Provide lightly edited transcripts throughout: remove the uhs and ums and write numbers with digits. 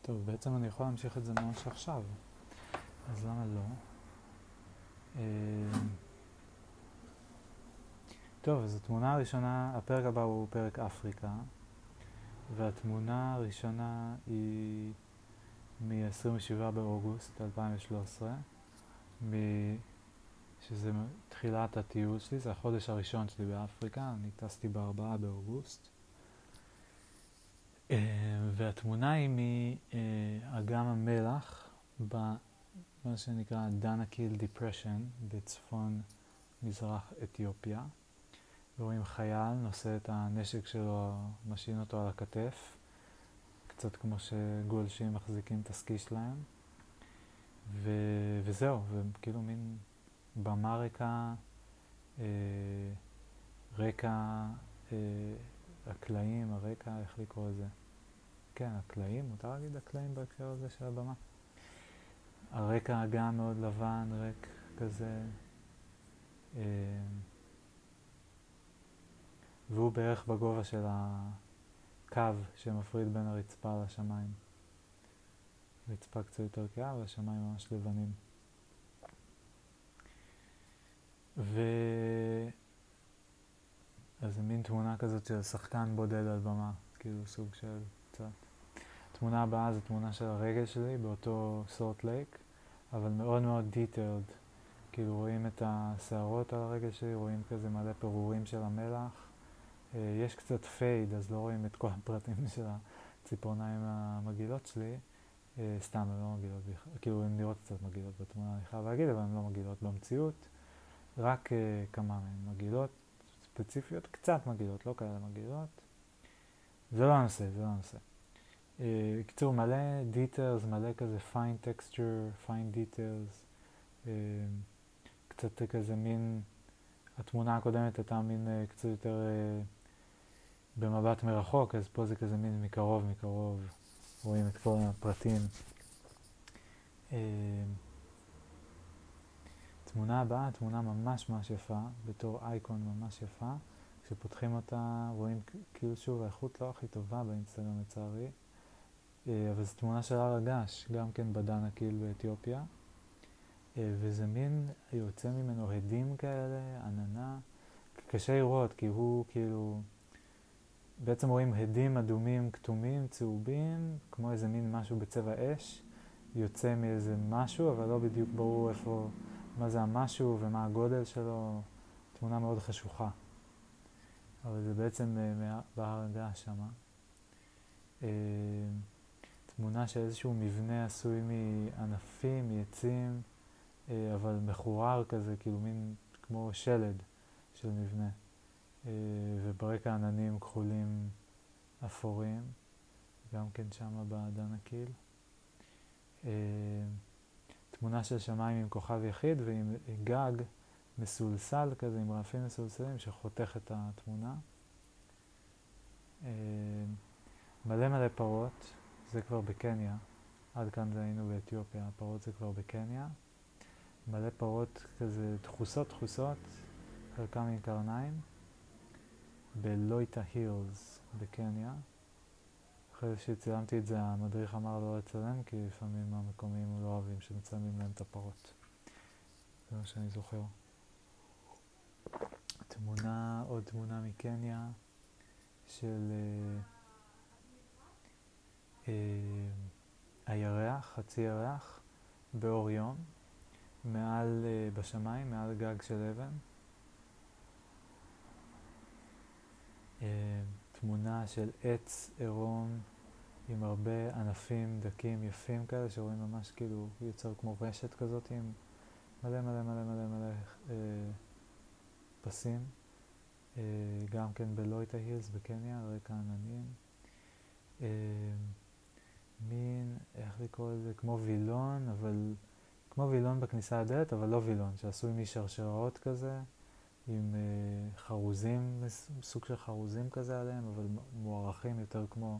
טוב, בעצם אני יכול להמשיך את זה ממש עכשיו, אז למה לא? טוב, אז התמונה הראשונה, הפרק הבא הוא פרק אפריקה, והתמונה הראשונה היא מ-27 באוגוסט 2013, שזה תחילת הטיול שלי, זה החודש הראשון שלי באפריקה, אני טסתי ב4 באוגוסט. והתמונה היא מאגם המלח במה שנקרא דנקיל דיפרשן בצפון מזרח אתיופיה. רואים חייל נושא את הנשק שלו, משין אותו על הכתף, קצת כמו שגולשים מחזיקים את הסקי שלהם. וזהו, וכאילו מין במריקה, רקע, הקלעים, הרקע, איך לקרוא לזה? כן, הקלעים, מותר להגיד הקלעים בהקשר הזה של הבמה. הרקע גם מאוד לבן, ריק כזה, והוא בערך בגובה של הקו שמפריד בין הרצפה לשמיים. רצפה קצת יותר קרה והשמיים ממש לבנים. אז זה מין תמונה כזאת של שחקן בודד על במה, כאילו סוג של קצת. התמונה הבאה זו תמונה של הרגל שלי באותו סולט לייק, אבל מאוד מאוד דיטיילד. כאילו רואים את השערות על הרגל שלי, רואים כזה מלא פירורים של המלח. יש קצת פייד, אז לא רואים את כל הפרטים של הציפורניים המגעילות שלי. סתם, הן לא מגעילות, כאילו הן נראות קצת מגעילות בתמונה, אני חייב להגיד, אבל הן לא מגעילות במציאות. רק כמה מהן מגעילות, ספציפיות, קצת מגעילות, לא כאלה מגעילות. זה לא הנושא, זה לא הנושא. קיצור, מלא דיטלס, מלא כזה fine texture, fine details. קצת כזה מין, התמונה הקודמת הייתה מין קצת יותר במבט מרחוק, אז פה זה כזה מין מקרוב, רואים את כל הפרטים. תמונה הבאה, תמונה ממש יפה, בתור אייקון ממש יפה. כשפותחים אותה רואים כאילו שוב האיכות לא הכי טובה באינסטגרם לצערי, אבל זו תמונה של הר הגעש, גם כן בדנקיל באתיופיה. וזה מין יוצא ממנו הדים כאלה, עננה. קשה לראות כי הוא כאילו, בעצם רואים הדים אדומים, כתומים, צהובים, כמו איזה מין משהו בצבע אש, יוצא מאיזה משהו, אבל לא בדיוק ברור איפה, מה זה המשהו ומה הגודל שלו. תמונה מאוד חשוכה. אבל זה בעצם בהר הגעש שמה. תמונה של איזשהו מבנה עשוי מענפים, מעצים, אבל מחורר כזה, כאילו מין כמו שלד של מבנה. וברקע עננים כחולים אפורים, גם כן שמה בדנקיל. תמונה של שמיים עם כוכב יחיד ועם גג מסולסל כזה, עם רעפים מסולסלים שחותך את התמונה. מלא פרות, זה כבר בקניה. עד כאן זה היינו באתיופיה, הפרות זה כבר בקניה. מלא פרות כזה דחוסות, חלקם עם קרניים. בלויטה הילס בקניה. אחרי שצילמתי את זה, המדריך אמר לא לצלם, כי לפעמים המקומיים לא אוהבים שמצלמים להם את הפרות. זה מה שאני זוכר. עוד תמונה מקניה של הירח, חצי ירח, באור יום, בשמיים, מעל גג של אבן. תמונה של עץ עירום עם הרבה ענפים דקים יפים כאלה שרואים ממש כאילו יוצר כמו רשת כזאת עם מלא פסים. גם כן בלויטה הילס בקניה, רקע עננים. מין, איך לקרוא לזה, כמו וילון, אבל כמו וילון בכניסה לדלת, אבל לא וילון, שעשוי משרשראות כזה, עם חרוזים, סוג של חרוזים כזה עליהם, אבל מוארכים יותר כמו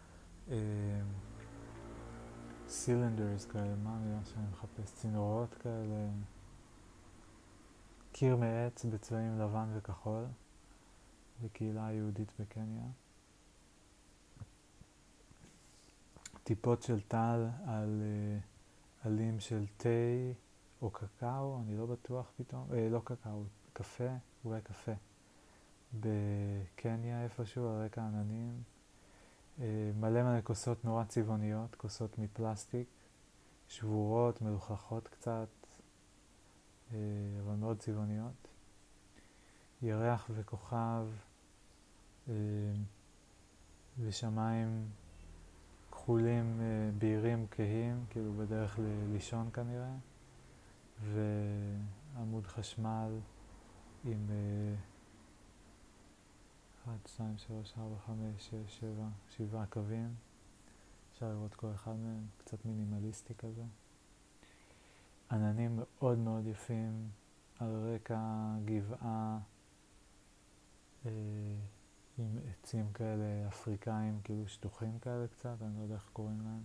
סילנדרס כאלה, מה המילה שאני מחפש? צינורות כאלה. קיר מעץ בצבעים לבן וכחול, בקהילה היהודית בקניה. טיפות של טל על עלים של תה או קקאו, אני לא בטוח פתאום, לא קקאו, קפה, אולי קפה. בקניה איפשהו, על רקע עננים. מלא כוסות נורא צבעוניות, כוסות מפלסטיק, שבורות, מלוכלכות קצת, אבל מאוד צבעוניות. ירח וכוכב ושמיים כחולים, בהירים, כהים, כאילו בדרך לישון כנראה, ועמוד חשמל עם 1, 2, 3, 4, 5, 6, 7, 7 קווים. אפשר לראות כל אחד מהם, קצת מינימליסטי כזה. עננים מאוד מאוד יפים על רקע גבעה עם עצים כאלה אפריקאים, כאילו שטוחים כאלה קצת, אני לא יודע איך קוראים להם.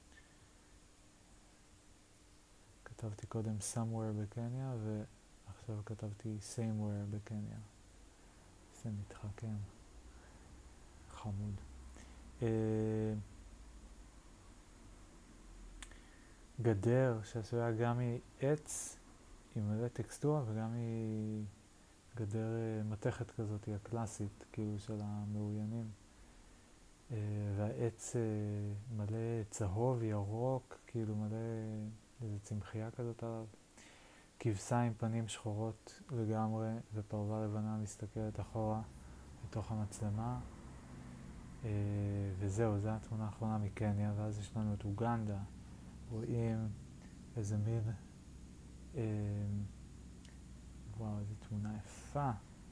כתבתי קודם somewhere בקניה, ועכשיו כתבתי samewhere בקניה. זה מתחכם. חמוד. גדר שעשויה גם מעץ עם מלא טקסטורה וגם גדר מתכת כזאת, הקלאסית, כאילו של המאוינים. והעץ מלא צהוב, ירוק, כאילו מלא איזו צמחייה כזאת עליו. כבשה עם פנים שחורות לגמרי ופרווה לבנה מסתכלת אחורה בתוך המצלמה. וזהו, זו התמונה האחרונה מקניה, ואז יש לנו את אוגנדה. רואים איזה מין, וואו, איזו תמונה יפה.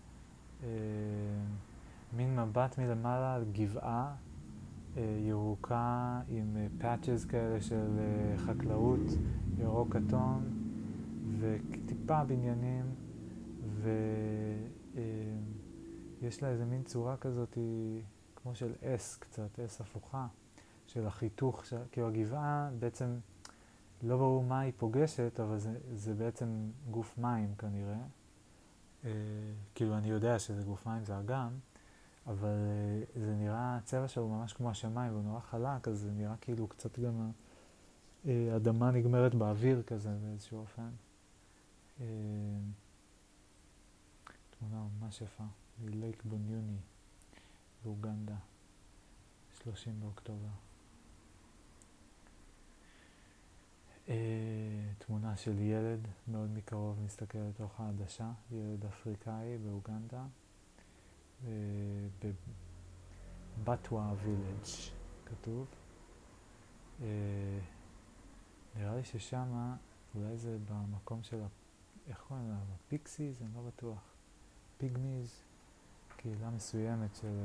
מין מבט מלמעלה על גבעה ירוקה עם פאצ'ז כאלה של חקלאות, ירוק כתום, וטיפה בניינים, ויש לה איזה מין צורה כזאת כמו של אס קצת, אס הפוכה, של החיתוך, כאילו הגבעה בעצם לא ברור מה היא פוגשת, אבל זה בעצם גוף מים כנראה. כאילו אני יודע שזה גוף מים, זה אגם, אבל זה נראה, הצבע שלו ממש כמו השמיים, והוא נורא חלק, אז זה נראה כאילו קצת גם האדמה נגמרת באוויר כזה באיזשהו אופן. תמונה ממש יפה, מלייק בוניוני באוגנדה, 30 באוקטובר. תמונה של ילד מאוד מקרוב מסתכל לתוך העדשה, ילד אפריקאי באוגנדה, בבטווה וילג' כתוב. נראה לי ששמה, אולי זה במקום של, איך קוראים לה? פיקסיז? אני לא בטוח. פיגמיז, קהילה מסוימת של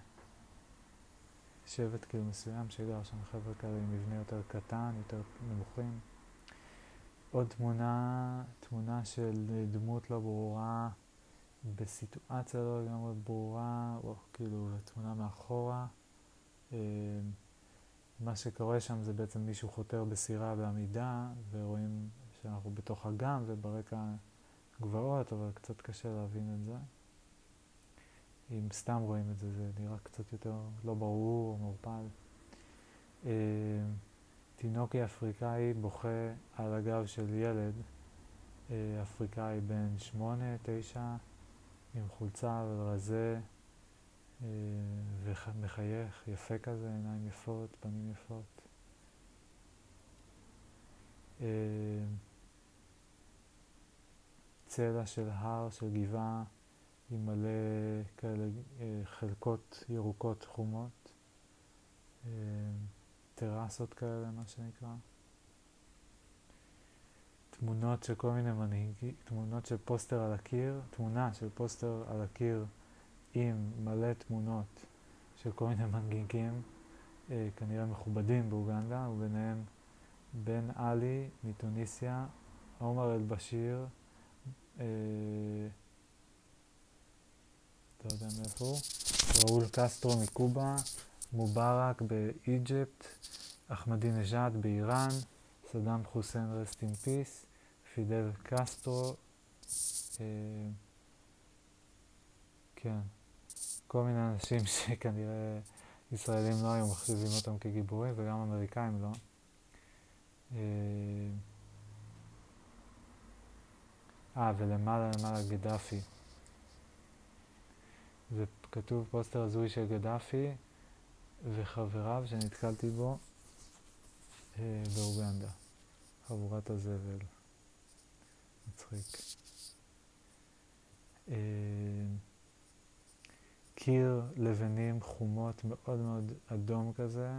שבט כאילו מסוים שגר שם, חבר'ה כאלה עם מבנה יותר קטן, יותר נמוכים. עוד תמונה של דמות לא ברורה, בסיטואציה לא לגמרי ברורה, או כאילו תמונה מאחורה. מה שקורה שם זה בעצם מישהו חותר בסירה בעמידה, ורואים שאנחנו בתוך אגם וברקע גבעות, אבל קצת קשה להבין את זה. אם סתם רואים את זה, זה נראה קצת יותר לא ברור או מעורפל. תינוקי אפריקאי בוכה על הגב של ילד אפריקאי בן 8, 9, עם חולצה ורזה, ומחייך, יפה כזה, עיניים יפות, פנים יפות. צלע של הר, של גבעה, עם מלא כאלה חלקות ירוקות חומות, טרסות כאלה, מה שנקרא. תמונות של כל מיני מנהיגים, תמונות של פוסטר על הקיר, תמונה של פוסטר על הקיר עם מלא תמונות של כל מיני מנהיגים, כנראה מכובדים באוגנדה, וביניהם בן עלי מתוניסיה, עומר אל-בשיר, לא יודע מאיפה הוא, ראול קסטרו מקובה, מובארק באיג'פט, אחמדינג'אד באיראן, סדאם חוסיין רסט אין פיס, פידל קסטרו, כן, כל מיני אנשים שכנראה ישראלים לא היו מחשיבים אותם כגיבורים, וגם אמריקאים לא. ולמעלה גדאפי. זה כתוב פוסטר הזוי של גדאפי וחבריו שנתקלתי בו באוגנדה. חבורת הזבל. מצחיק. קיר לבנים חומות מאוד מאוד אדום כזה,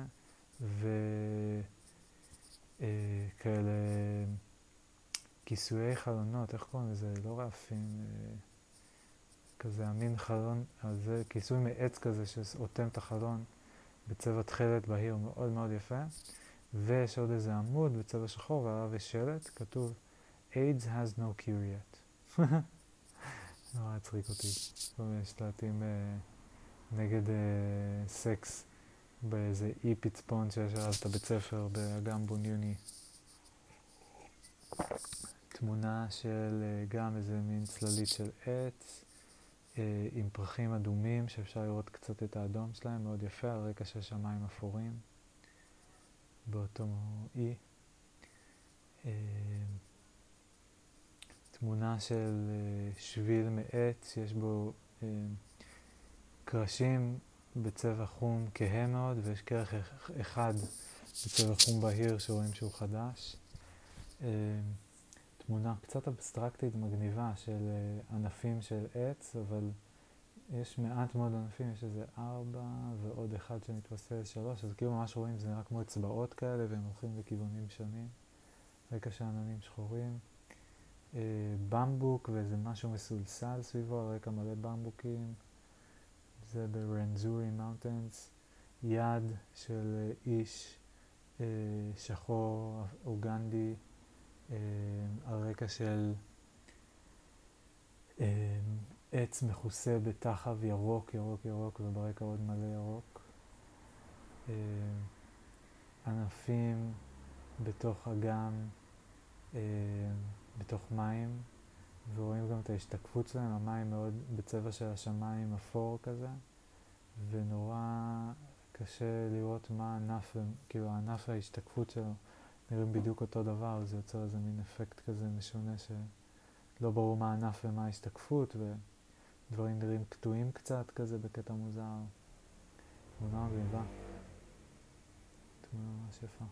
וכאלה כיסויי חלונות, איך קוראים לזה? לא רעפים, כזה המין חלון, זה כיסוי מעץ כזה שאותם את החלון בצבע תכלת בהיר מאוד מאוד יפה, ויש עוד איזה עמוד בצבע שחור ועליו יש שלט, כתוב AIDS has no cure yet. נורא הצחיק אותי. כל מיני שלטים נגד סקס באיזה אי פצפון שיש עליו את הבית ספר באגם בוניוני. תמונה של גם איזה מין צללית של עץ עם פרחים אדומים שאפשר לראות קצת את האדום שלהם, מאוד יפה, על רקע של שמיים אפורים באותו אי. תמונה של שביל מעץ שיש בו קרשים בצבע חום כהה מאוד, ויש קרח אחד בצבע חום בהיר שרואים שהוא חדש. תמונה קצת אבסטרקטית מגניבה של ענפים של עץ, אבל יש מעט מאוד ענפים, יש איזה 4 ועוד אחד שמתווסף 3, אז כאילו ממש רואים, זה נראה כמו אצבעות כאלה והם הולכים בכיוונים שונים. רקע של עננים שחורים. במבוק ואיזה משהו מסולסל סביבו, על רקע מלא במבוקים. זה ברנזורי מאונטנס. יד של איש שחור אוגנדי על רקע של עץ מכוסה בתחב ירוק, ירוק, ירוק, וברקע עוד מלא ירוק. ענפים בתוך אגם, בתוך מים, ורואים גם את ההשתקפות שלהם, המים מאוד בצבע של השמיים אפור כזה, ונורא קשה לראות מה הענף, כאילו הענף וההשתקפות שלו נראים בדיוק אותו דבר, זה יוצר איזה מין אפקט כזה משונה שלא ברור מה הענף ומה ההשתקפות, ודברים נראים קטועים קצת כזה בקטע מוזר. תמונה מגניבה. תמונה ממש יפה.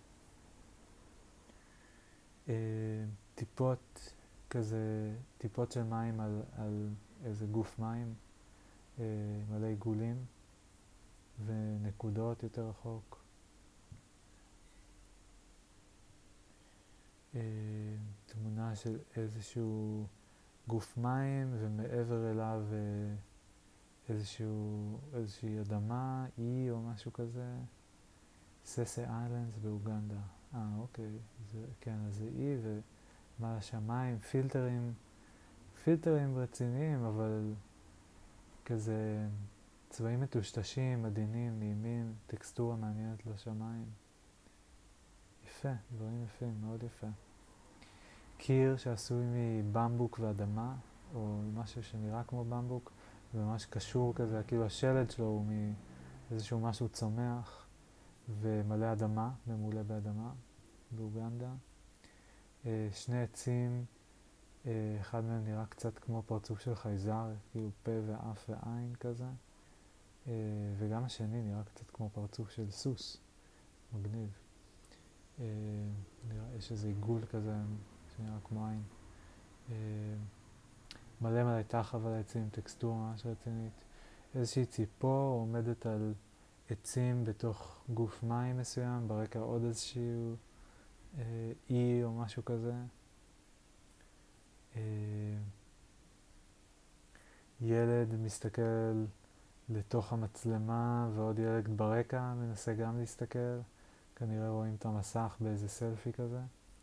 טיפות כזה, טיפות של מים על איזה גוף מים, מלא עיגולים ונקודות יותר רחוק. תמונה של איזשהו גוף מים ומעבר אליו איזושהי אדמה, אי או משהו כזה. ססה איילנדס באוגנדה. אוקיי, כן, אז זה אי ומה השמיים, פילטרים רציניים, אבל כזה צבעים מטושטשים, עדינים, נעימים, טקסטורה מעניינת לשמיים. יפה, דברים יפים, מאוד יפה. קיר שעשוי מבמבוק ואדמה, או משהו שנראה כמו במבוק, וממש קשור כזה, כאילו השלד שלו הוא מאיזשהו משהו צומח, ומלא אדמה, ממולא באדמה, באוגנדה. שני עצים, אחד מהם נראה קצת כמו פרצוף של חייזר, כאילו פה ואף ועין כזה, וגם השני נראה קצת כמו פרצוף של סוס, מגניב. יש איזה עיגול כזה שנראה כמו עין. מלא תחב על העצים, טקסטורה ממש רצינית. איזושהי ציפור עומדת על עצים בתוך גוף מים מסוים, ברקע עוד איזשהו אי או משהו כזה. ילד מסתכל לתוך המצלמה ועוד ילד ברקע מנסה גם להסתכל. כנראה רואים את המסך באיזה סלפי כזה.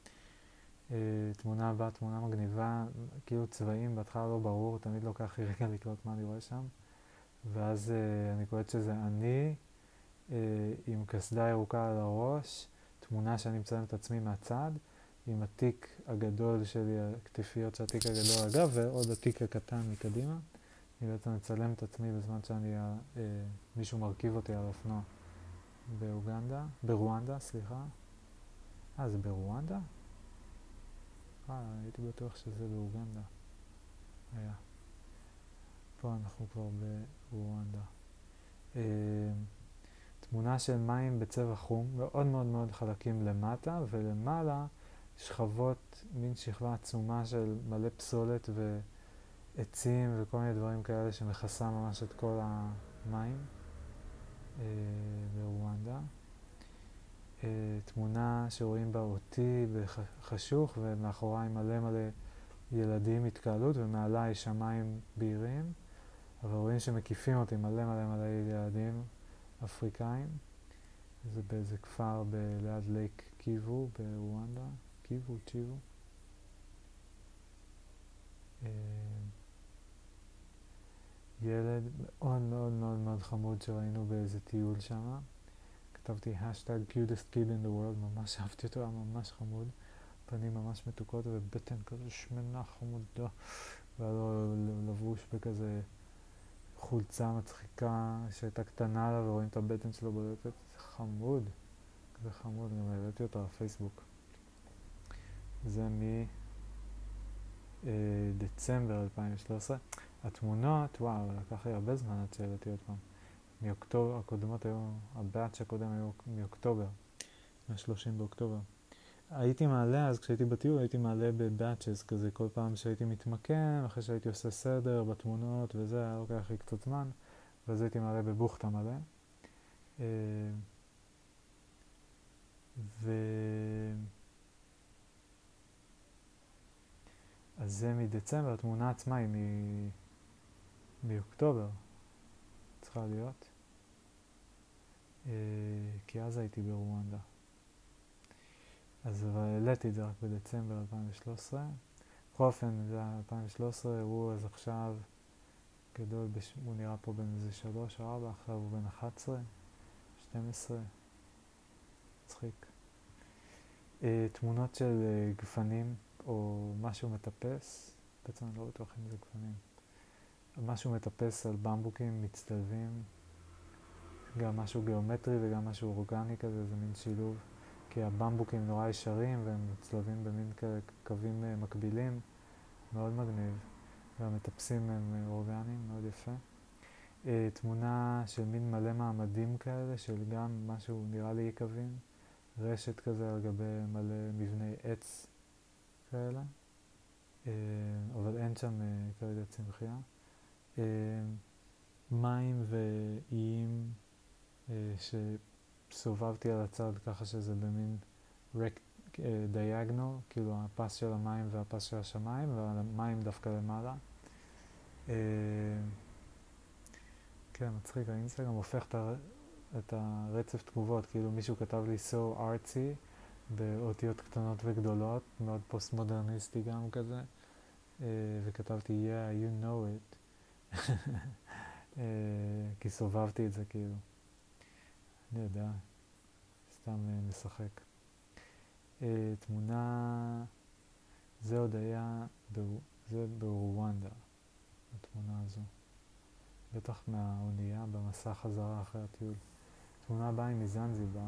תמונה הבאה, תמונה מגניבה, כאילו צבעים, בהתחלה לא ברור, תמיד לוקח לי רגע לקלוט מה אני רואה שם. ואז אני קולט שזה אני עם קסדה ירוקה על הראש, תמונה שאני מצלם את עצמי מהצד, עם התיק הגדול שלי, הכתפיות של התיק הגדול על הגב, ועוד התיק הקטן מקדימה. אני בעצם מצלם את עצמי בזמן שאני, מישהו מרכיב אותי על אופנוע. ברואנדה, סליחה. זה ברואנדה? הייתי בטוח שזה באוגנדה. היה. פה אנחנו כבר ברואנדה. תמונה של מים בצבע חום, מאוד מאוד מאוד חלקים למטה, ולמעלה שכבות, מין שכבה עצומה של מלא פסולת ועצים וכל מיני דברים כאלה שמכסה ממש את כל המים ברואנדה. תמונה שרואים בה אותי בחשוך ומאחוריי מלא מלא ילדים התקהלות ומעליי שמיים בהירים, אבל רואים שמקיפים אותי מלא מלא מלא ילדים אפריקאים. זה באיזה כפר ליד לייק קיבו ברואנדה. צ'יבו. ילד מאוד מאוד מאוד מאוד חמוד שראינו באיזה טיול שם. כתבתי השטג cutest kid in the world, ממש אהבתי אותו, היה ממש חמוד. פנים ממש מתוקות ובטן כזה שמנה חמודה. והיה לו לבוש בכזה חולצה מצחיקה שהייתה קטנה לה ורואים את הבטן שלו בולטת. חמוד. כזה חמוד, גם העליתי אותו לפייסבוק. זה מדצמבר 2013. התמונות, וואו, לקח לי הרבה זמן עד שהעליתי עוד פעם. מאוקטובר, הקודמות היו, הבאץ' הקודם היו מאוקטובר, מה-30 באוקטובר. הייתי מעלה, אז כשהייתי בטיול הייתי מעלה בבאצ'ס כזה, כל פעם שהייתי מתמקם, אחרי שהייתי עושה סדר בתמונות וזה, היה לוקח לי קצת זמן, ואז הייתי מעלה בבוכתה מלא. אז זה מדצמבר, התמונה עצמה היא מאוקטובר, צריכה להיות. כי אז הייתי ברואנדה. אז העליתי את זה רק בדצמבר 2013. בכל אופן, זה 2013, הוא אז עכשיו גדול, הוא נראה פה בין איזה 3 או 4, עכשיו הוא בין 11, 12, מצחיק. תמונות של גפנים או משהו מטפס, בעצם אני לא בטוח אם זה גפנים. משהו מטפס על במבוקים מצטלבים, גם משהו גיאומטרי וגם משהו אורגני כזה, זה מין שילוב. כי הבמבוקים נורא ישרים והם מצלבים במין קווים מקבילים, מאוד מגניב, והמטפסים הם אורגניים, מאוד יפה. תמונה של מין מלא מעמדים כאלה, של גם משהו נראה לי יקבים, רשת כזה על גבי מלא מבני עץ כאלה, אבל אין שם כרגע צמחייה. מים ואיים שסובבתי על הצד ככה שזה במין דיאגנל, כאילו הפס של המים והפס של השמיים, והמים דווקא למעלה. כן, מצחיק, האינסטגרם הופך את הרצף תגובות, כאילו מישהו כתב לי so artsy באותיות קטנות וגדולות, מאוד פוסט-מודרניסטי גם כזה, וכתבתי yeah, you know it. כי סובבתי את זה כאילו. אני יודע, סתם משחק. תמונה, זה עוד היה, זה ברואנדה, התמונה הזו. בטח מהאונייה במסע חזרה אחרי הטיול. תמונה הבאה היא מזנזיבר.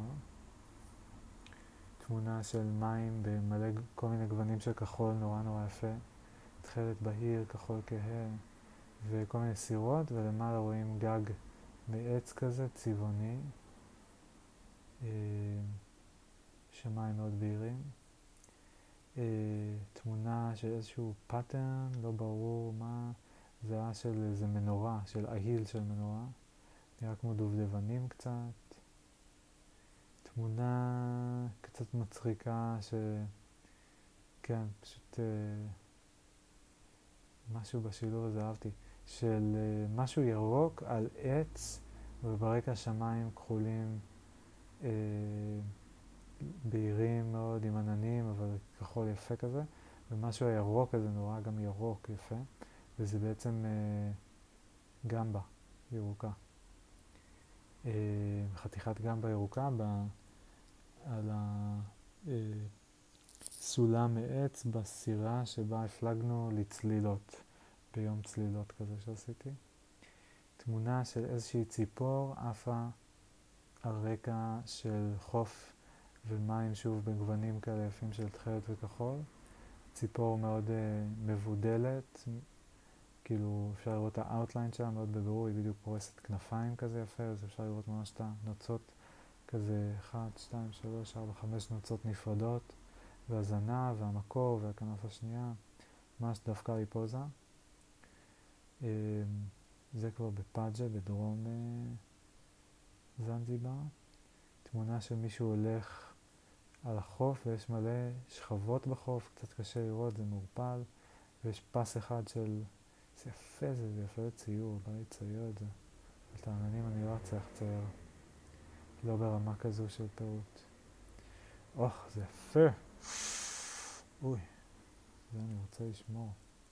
תמונה של מים במלא כל מיני גוונים של כחול נורא נורא יפה. תכלת בהיר, כחול כהה, וכל מיני סירות, ולמעלה רואים גג מעץ כזה, צבעוני. שמיים מאוד בהירים. תמונה של איזשהו פאטרן, לא ברור מה, זה היה של איזה מנורה, של אהיל של מנורה. נראה כמו דובדבנים קצת. תמונה קצת מצחיקה כן, פשוט משהו בשילוב הזה אהבתי. של משהו ירוק על עץ, וברקע שמיים כחולים, בהירים מאוד עם עננים, אבל כחול יפה כזה, ומשהו הירוק הזה נורא גם ירוק יפה, וזה בעצם גמבה ירוקה. חתיכת גמבה ירוקה על הסולם מעץ בסירה שבה הפלגנו לצלילות, ביום צלילות כזה שעשיתי. תמונה של איזושהי ציפור עפה על רקע של חוף ומים שוב בגוונים כאלה יפים של תכלת וכחול. ציפור מאוד מבודלת, כאילו אפשר לראות את האוטליין שלה מאוד בבירור, היא בדיוק פורסת כנפיים כזה יפה, אז אפשר לראות ממש את הנוצות כזה 1, 2, 3, 4, 5 נוצות נפרדות, והזנב והמקור והכנף השנייה, ממש דווקא לי פוזה. זה כבר בפאג'ה בדרום זנזיבר. תמונה של מישהו הולך על החוף ויש מלא שכבות בחוף, קצת קשה לראות, זה מעורפל, ויש פס אחד של... זה יפה, זה יפה לציור, בא לי לצייר את זה. על העננים אני לא אצליח לצייר, לא ברמה כזו של פירוט. אוח, זה יפה! אוי, זה אני רוצה לשמור.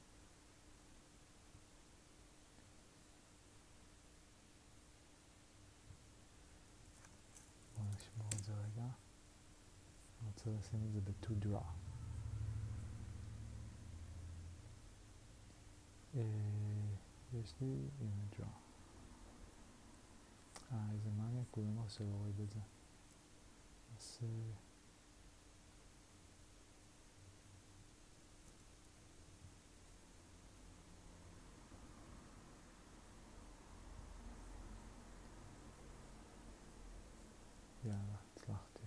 בואו נשמור את זה רגע. אני רוצה לשים את זה ב-to draw. יש לי image draw. איזה מניאק, הוא אמר שלא רואה את זה. אז... יאללה, הצלחתי.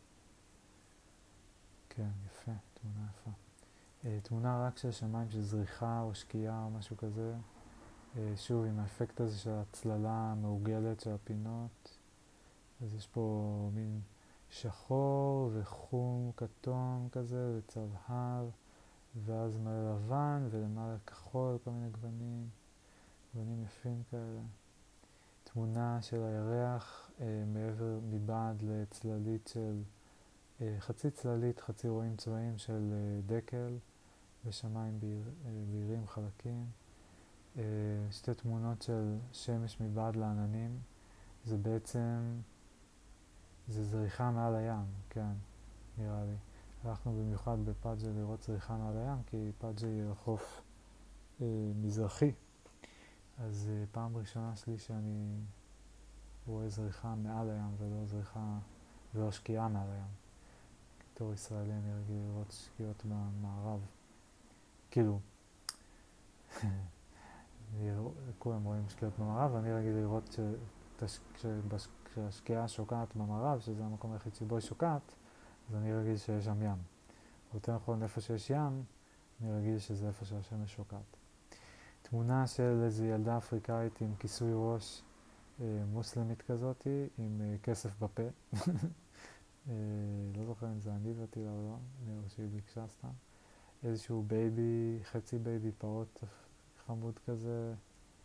כן, יפה, תמונה יפה. תמונה רק של שמיים של זריחה או שקיעה או משהו כזה. שוב, עם האפקט הזה של הצללה המעוגלת של הפינות. אז יש פה מין שחור וחום כתום כזה וצבהב, ואז מלא לבן ולמעלה כחול, כל מיני גוונים, גוונים יפים כאלה. תמונה של הירח מעבר מבעד לצללית של, חצי צללית, חצי רואים צבעים של דקל ושמיים בהירים חלקים. שתי תמונות של שמש מבעד לעננים, זה בעצם, זה זריחה מעל הים, כן, נראה לי. הלכנו במיוחד בפאג'ה לראות זריחה מעל הים, כי פאג'ה היא רחוב מזרחי. אז פעם ראשונה שלי שאני רואה זריחה מעל הים ולא זריחה ולא שקיעה מעל הים. בתור ישראלי אני רגיל לראות שקיעות במערב. כאילו, כולם רואים שקיעות במערב, ואני רגיל לראות כשהשקיעה שוקעת במערב, שזה המקום היחיד שבו היא שוקעת, אז אני רגיל שיש שם ים. או יותר נכון, איפה שיש ים, אני רגיל שזה איפה שהשמש שוקעת. תמונה של איזו ילדה אפריקאית עם כיסוי ראש מוסלמית כזאת, עם כסף בפה. לא זוכר אם זה אני הבאתי לה או לא, נראה שהיא ביקשה סתם. איזשהו בייבי, חצי בייבי פעוט חמוד כזה,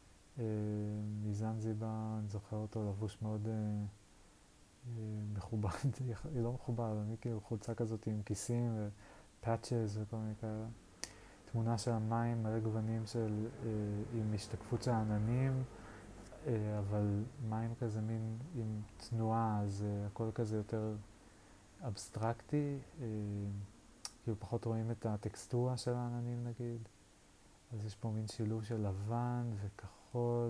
מזנזיבר, אני זוכר אותו לבוש מאוד מכובד, היא לא מכובד, אני כאילו חולצה כזאת עם כיסים ופאצ'ז וכל מיני כאלה. תמונה של המים, מלא גוונים של, עם השתקפות של העננים, אבל מים כזה מין עם תנועה, אז הכל כזה יותר אבסטרקטי, כאילו פחות רואים את הטקסטורה של העננים נגיד. אז יש פה מין שילוב של לבן וכחול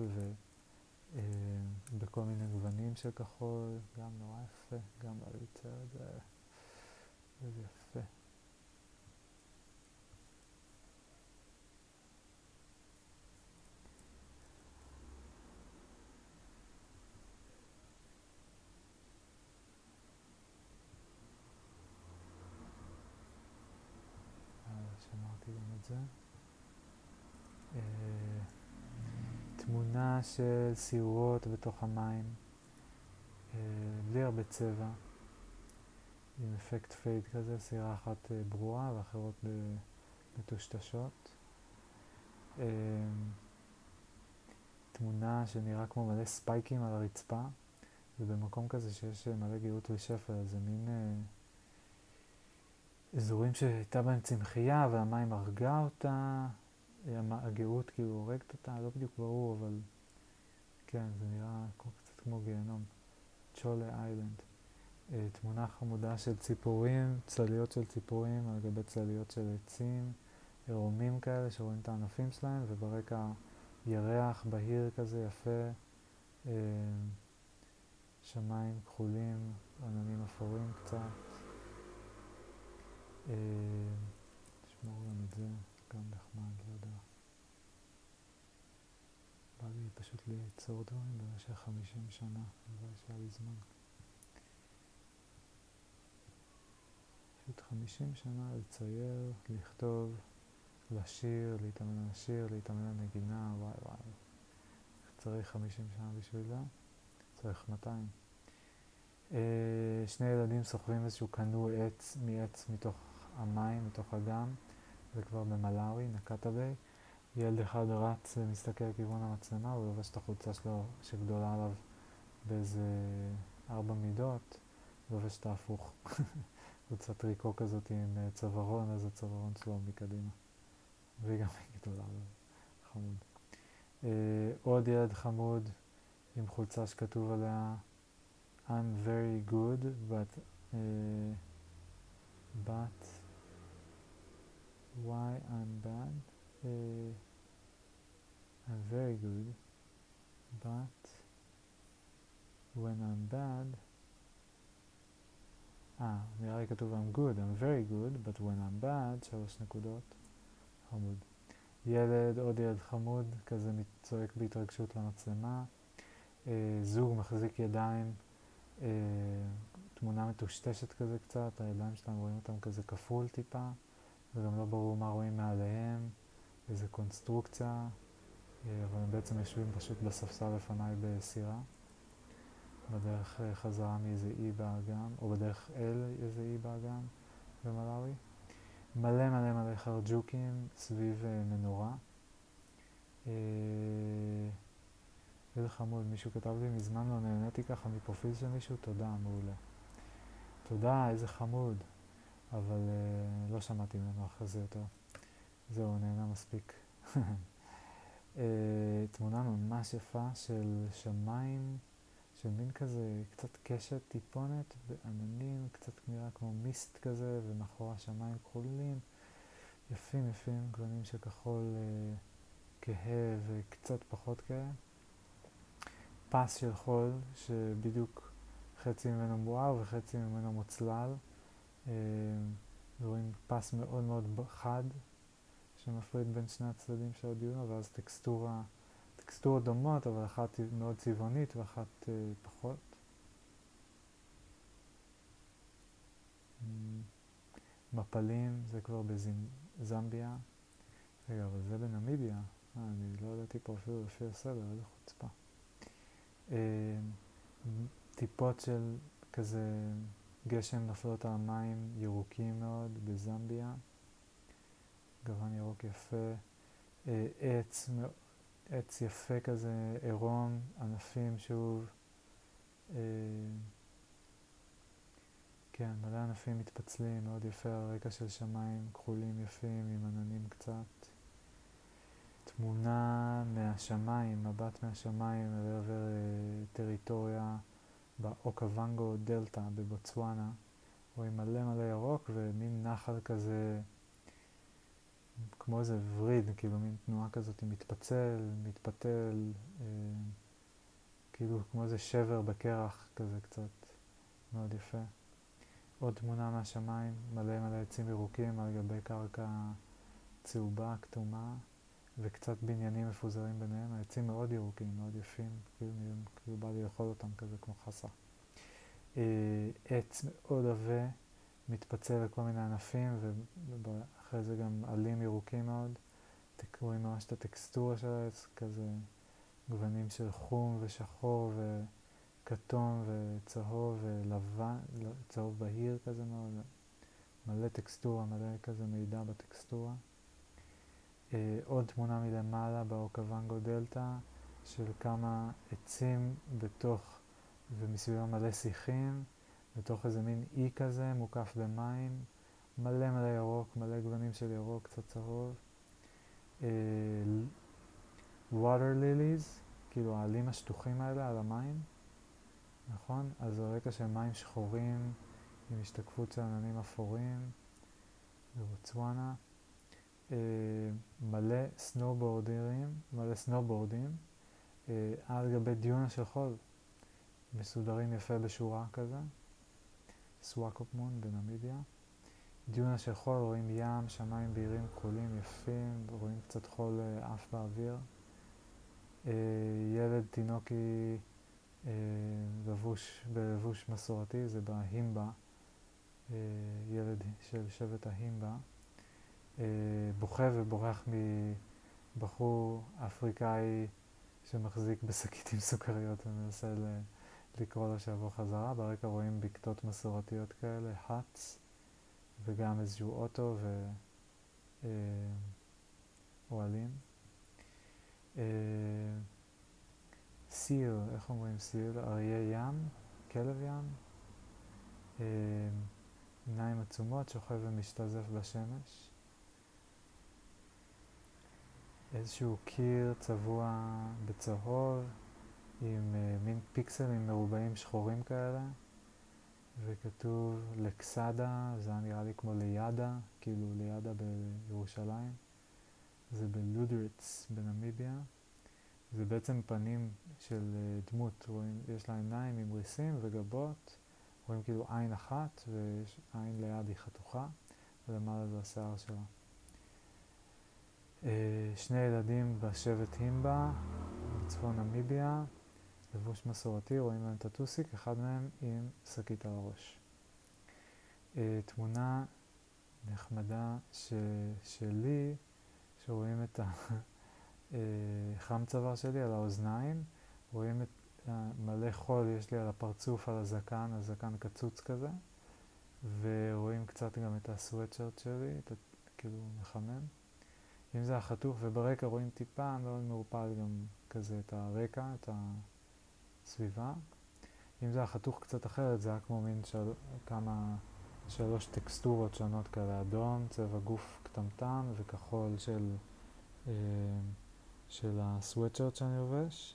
בכל מיני גוונים של כחול, גם נורא יפה, גם בליצר את זה, זה יפה. שמרתי גם את זה. תמונה של סירות בתוך המים, בלי הרבה צבע, עם אפקט פייד כזה, סירה אחת ברורה ואחרות מטושטשות. תמונה שנראה כמו מלא ספייקים על הרצפה, ובמקום כזה שיש מלא גאות ושפל, זה מין אזורים שהייתה בהם צמחייה והמים הרגה אותה, הגאות כאילו הורגת אותה, לא בדיוק ברור, אבל כן, זה נראה קצת כמו גיהנום. צ'ולה איילנד. תמונה חמודה של ציפורים, צלליות של ציפורים על גבי צלליות של עצים, עירומים כאלה שרואים את הענפים שלהם, וברקע ירח בהיר כזה יפה, שמיים כחולים, עננים אפורים קצת. תשמור גם את זה, גם נחמד, לא יודע. בא לי פשוט ליצור דברים במשך 50 שנה, אבל שהיה לי זמן. פשוט 50 שנה לצייר, לכתוב, לשיר, להתאמן לשיר, להתאמן לנגינה, וואי וואי. צריך 50 שנה בשביל זה? צריך 200. שני ילדים סוחבים איזשהו כנוע מעץ מתוך המים, מתוך אגם, זה כבר במלאווי, נקטה ביי. ילד אחד רץ ומסתכל לכיוון המצלמה, הוא לובש את החולצה שלו שגדולה עליו באיזה 4 מידות, לובש את ההפוך. חולצת טריקו כזאת עם צווארון, אז הצווארון שלו מקדימה. והיא גם גדולה עליו, חמוד. עוד ילד חמוד עם חולצה שכתוב עליה I'm very good, but why I'm bad? I'm very good, but when I'm bad, נראה לי כתוב I'm good, I'm very good, but when I'm bad, 3 נקודות, חמוד. עוד ילד חמוד, כזה צועק בהתרגשות למצלמה, זוג מחזיק ידיים, תמונה מטושטשת כזה קצת, הידיים שלהם רואים אותם כזה כפול טיפה, וגם לא ברור מה רואים מעליהם, איזה קונסטרוקציה, אבל הם בעצם יושבים פשוט בספסל לפניי בסירה, בדרך חזרה מאיזה אי באגם, או בדרך אל איזה אי באגם במלאווי. מלא מלא מלא חרג'וקים סביב מנורה. איזה חמוד, מישהו כתב לי מזמן לא נהניתי ככה מפרופיל של מישהו, תודה, מעולה. תודה, איזה חמוד, אבל לא שמעתי ממנו אחרי זה יותר. זהו, נהנה מספיק. תמונה ממש יפה של שמיים, של מין כזה קצת קשת טיפונת בעננים, קצת נראה כמו מיסט כזה, ומאחורה שמיים כחולים, יפים יפים, גוונים של כחול כהה וקצת פחות כהה. פס של חול שבדיוק חצי ממנו מואר וחצי ממנו מוצלל, ורואים פס מאוד מאוד חד שמפריד בין שני הצדדים של הדיון, ואז טקסטורות דומות, אבל אחת מאוד צבעונית ואחת פחות. מפלים, זה כבר בזמביה. רגע, אבל זה בנמיביה. אני לא ידעתי פה אפילו לפי הסדר, איזה חוצפה. טיפות של כזה גשם נופלות על המים, ירוקים מאוד בזמביה. גוון ירוק יפה. עץ יפה כזה, עירום, ענפים שוב. כן, מלא ענפים מתפצלים, מאוד יפה, על רקע של שמיים כחולים יפים עם עננים קצת. תמונה מהשמיים, מבט מהשמיים אל עבר טריטוריה באוקוונגו דלטה בבוצואנה. רואים מלא מלא ירוק ומין נחל כזה, כמו איזה וריד, כאילו מין תנועה כזאת מתפתל, כאילו כמו איזה שבר בקרח כזה קצת, מאוד יפה. עוד תמונה מהשמיים, מלא מלא עצים ירוקים על גבי קרקע צהובה, כתומה, וקצת בניינים מפוזרים ביניהם. העצים מאוד ירוקים, מאוד יפים, כאילו בא לי לאכול אותם כזה כמו חסה. עץ מאוד עבה, מתפצל לכל מיני ענפים, ואחרי זה גם עלים ירוקים מאוד. רואים ממש את הטקסטורה של העץ, כזה גוונים של חום ושחור וכתום וצהוב ולבן, צהוב בהיר כזה מאוד, מלא טקסטורה, מלא כזה מידע בטקסטורה. עוד תמונה מלמעלה באוקוונגו דלטה של כמה עצים בתוך ומסביבם מלא שיחים, בתוך איזה מין אי כזה מוקף במים, מלא מלא ירוק, מלא גוונים של ירוק, קצת צהוב. water lilies, כאילו העלים השטוחים האלה על המים, נכון? אז זה רקע של מים שחורים עם השתקפות של עננים אפורים בבוצואנה. מלא סנובורדים על גבי דיונה של חול. מסודרים יפה בשורה כזה. סוואקופמון בנמיביה. דיונה של חול, רואים ים, שמיים בהירים כחולים יפים, רואים קצת חול עף באוויר. ילד תינוקי לבוש בלבוש מסורתי, זה בהימבה, ילד של שבט ההימבה, בוכה ובורח מבחור אפריקאי שמחזיק בשקית עם סוכריות ומנסה לקרוא לו שיבוא חזרה. ברקע רואים בקתות מסורתיות כאלה, האטס, וגם איזשהו אוטו ואוהלים. סיל, איך אומרים סיל? אריה ים, כלב ים, עיניים עצומות, שוכב ומשתזף בשמש. איזשהו קיר צבוע בצהוב עם מין פיקסלים מרובעים שחורים כאלה, וכתוב לקסדה, זה נראה לי כמו לידה, כאילו לידה בירושלים. זה בלודריץ בנמיביה. זה בעצם פנים של דמות, רואים, יש לה עיניים עם ריסים וגבות, רואים כאילו עין אחת ויש עין ליד היא חתוכה, ולמעלה זה השיער שלה. שני ילדים בשבט הימבה, בצפון נמיביה, לבוש מסורתי, רואים להם טטוסיק, אחד מהם עם שקית על הראש. תמונה נחמדה שלי, שרואים את החם צוואר שלי על האוזניים, רואים את מלא חול יש לי על הפרצוף, על הזקן, הזקן קצוץ כזה, ורואים קצת גם את הסוואטשרט שלי, כאילו מחמם. אם זה החתוך, וברקע רואים טיפה מאוד מעורפל גם כזה את הרקע, את הסביבה. אם זה החתוך קצת אחרת, זה היה כמו מין שלוש טקסטורות שונות כאלה, אדום, צבע גוף קטמטם וכחול של הסוואטשרט שאני לובש.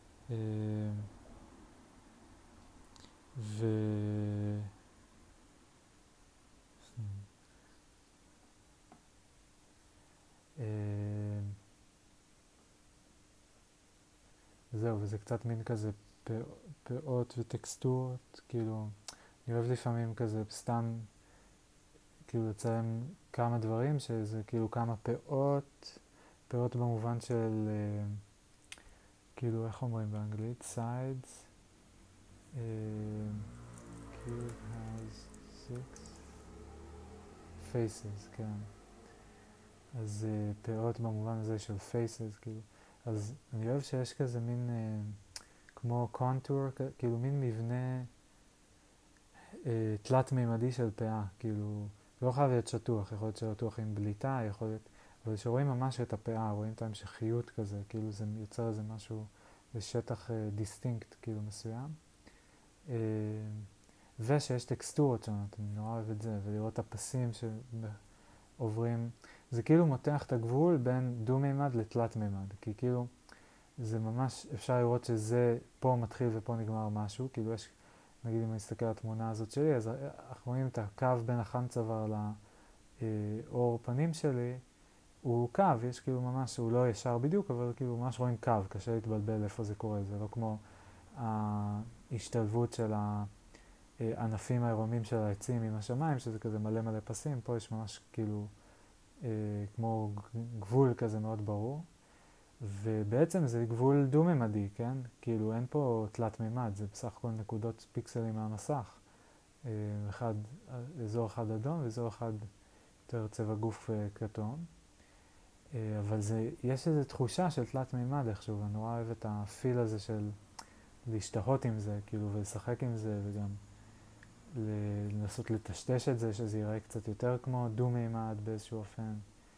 זהו, וזה קצת מין כזה פאות וטקסטורות, כאילו, אני אוהב לפעמים כזה סתם, כאילו לציין כמה דברים, שזה כאילו כמה פאות במובן של, כאילו, איך אומרים באנגלית? sides. Cube has 6 faces, כן. אז פאות במובן הזה של faces, כאילו. אז אני אוהב שיש כזה מין, כמו קונטור, כאילו מין מבנה תלת מימדי של פאה, כאילו, לא חייב להיות שטוח, יכול להיות שטוח עם בליטה, יכול להיות, אבל שרואים ממש את הפאה, רואים את ההמשכיות כזה, כאילו זה יוצר איזה משהו בשטח דיסטינקט, כאילו מסוים. ושיש טקסטורות שונות, אני נורא אוהב את זה, ולראות את הפסים שעוברים, זה כאילו מותח את הגבול בין דו-מימד לתלת מימד, כי כאילו זה ממש, אפשר לראות שזה פה מתחיל ופה נגמר משהו, כאילו יש, נגיד אם אני אסתכל על התמונה הזאת שלי, אז אנחנו רואים את הקו בין החן צוואר לאור פנים שלי, הוא קו, יש כאילו ממש, הוא לא ישר בדיוק, אבל כאילו ממש רואים קו, קשה להתבלבל איפה זה קורה, זה לא כמו ההשתלבות של הענפים העירומים של העצים עם השמיים, שזה כזה מלא מלא פסים, פה יש ממש כאילו כמו גבול כזה מאוד ברור, ובעצם זה גבול דו-ממדי, כן? כאילו אין פה תלת מימד, זה בסך הכל נקודות פיקסלים מהמסך, אזור אחד אדום ואזור אחד יותר צבע גוף כתום, אבל יש איזו תחושה של תלת מימד איכשהו, ואני נורא אוהב את הפיל הזה של להשתהות עם זה, כאילו, ולשחק עם זה, וגם לנסות לטשטש את זה, שזה ייראה קצת יותר כמו דו-מימד באיזשהו אופן.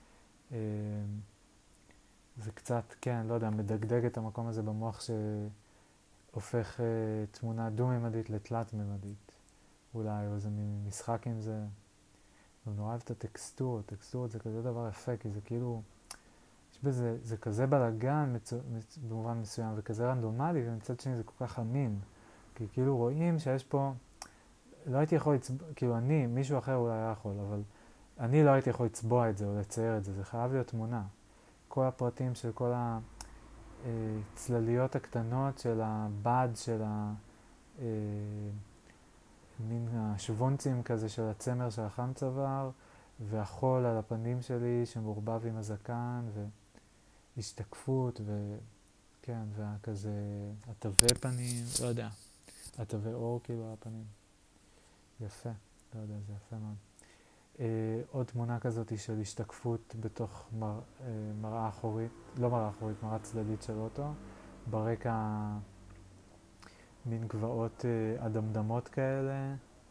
זה קצת, כן, לא יודע, מדגדג את המקום הזה במוח שהופך תמונה דו-מימדית לתלת-מימדית. אולי, או זה משחק עם זה. אני נורא אוהב את הטקסטורות, טקסטורות זה כזה דבר יפה, כי זה כאילו, יש בזה, זה כזה בלגן במובן מסוים, וכזה רנדומלי, ומצד שני זה כל כך אמין. כי כאילו רואים שיש פה, לא הייתי יכול כאילו אני, מישהו אחר אולי היה יכול, אבל אני לא הייתי יכול לצבוע את זה או לצייר את זה, זה חייב להיות תמונה. כל הפרטים של כל הצלליות הקטנות של הבד של מין השוונצים כזה של הצמר שהחם צוואר, והחול על הפנים שלי שמעורבב עם הזקן, והשתקפות, וכן, וכזה התווי פנים, לא יודע, התווי אור כאילו על הפנים. יפה, לא יודע, זה יפה מאוד. עוד תמונה כזאת של השתקפות בתוך מראה אחורית, לא מראה אחורית, מראה צדדית של אוטו, ברקע מין גבעות אדמדמות כאלה,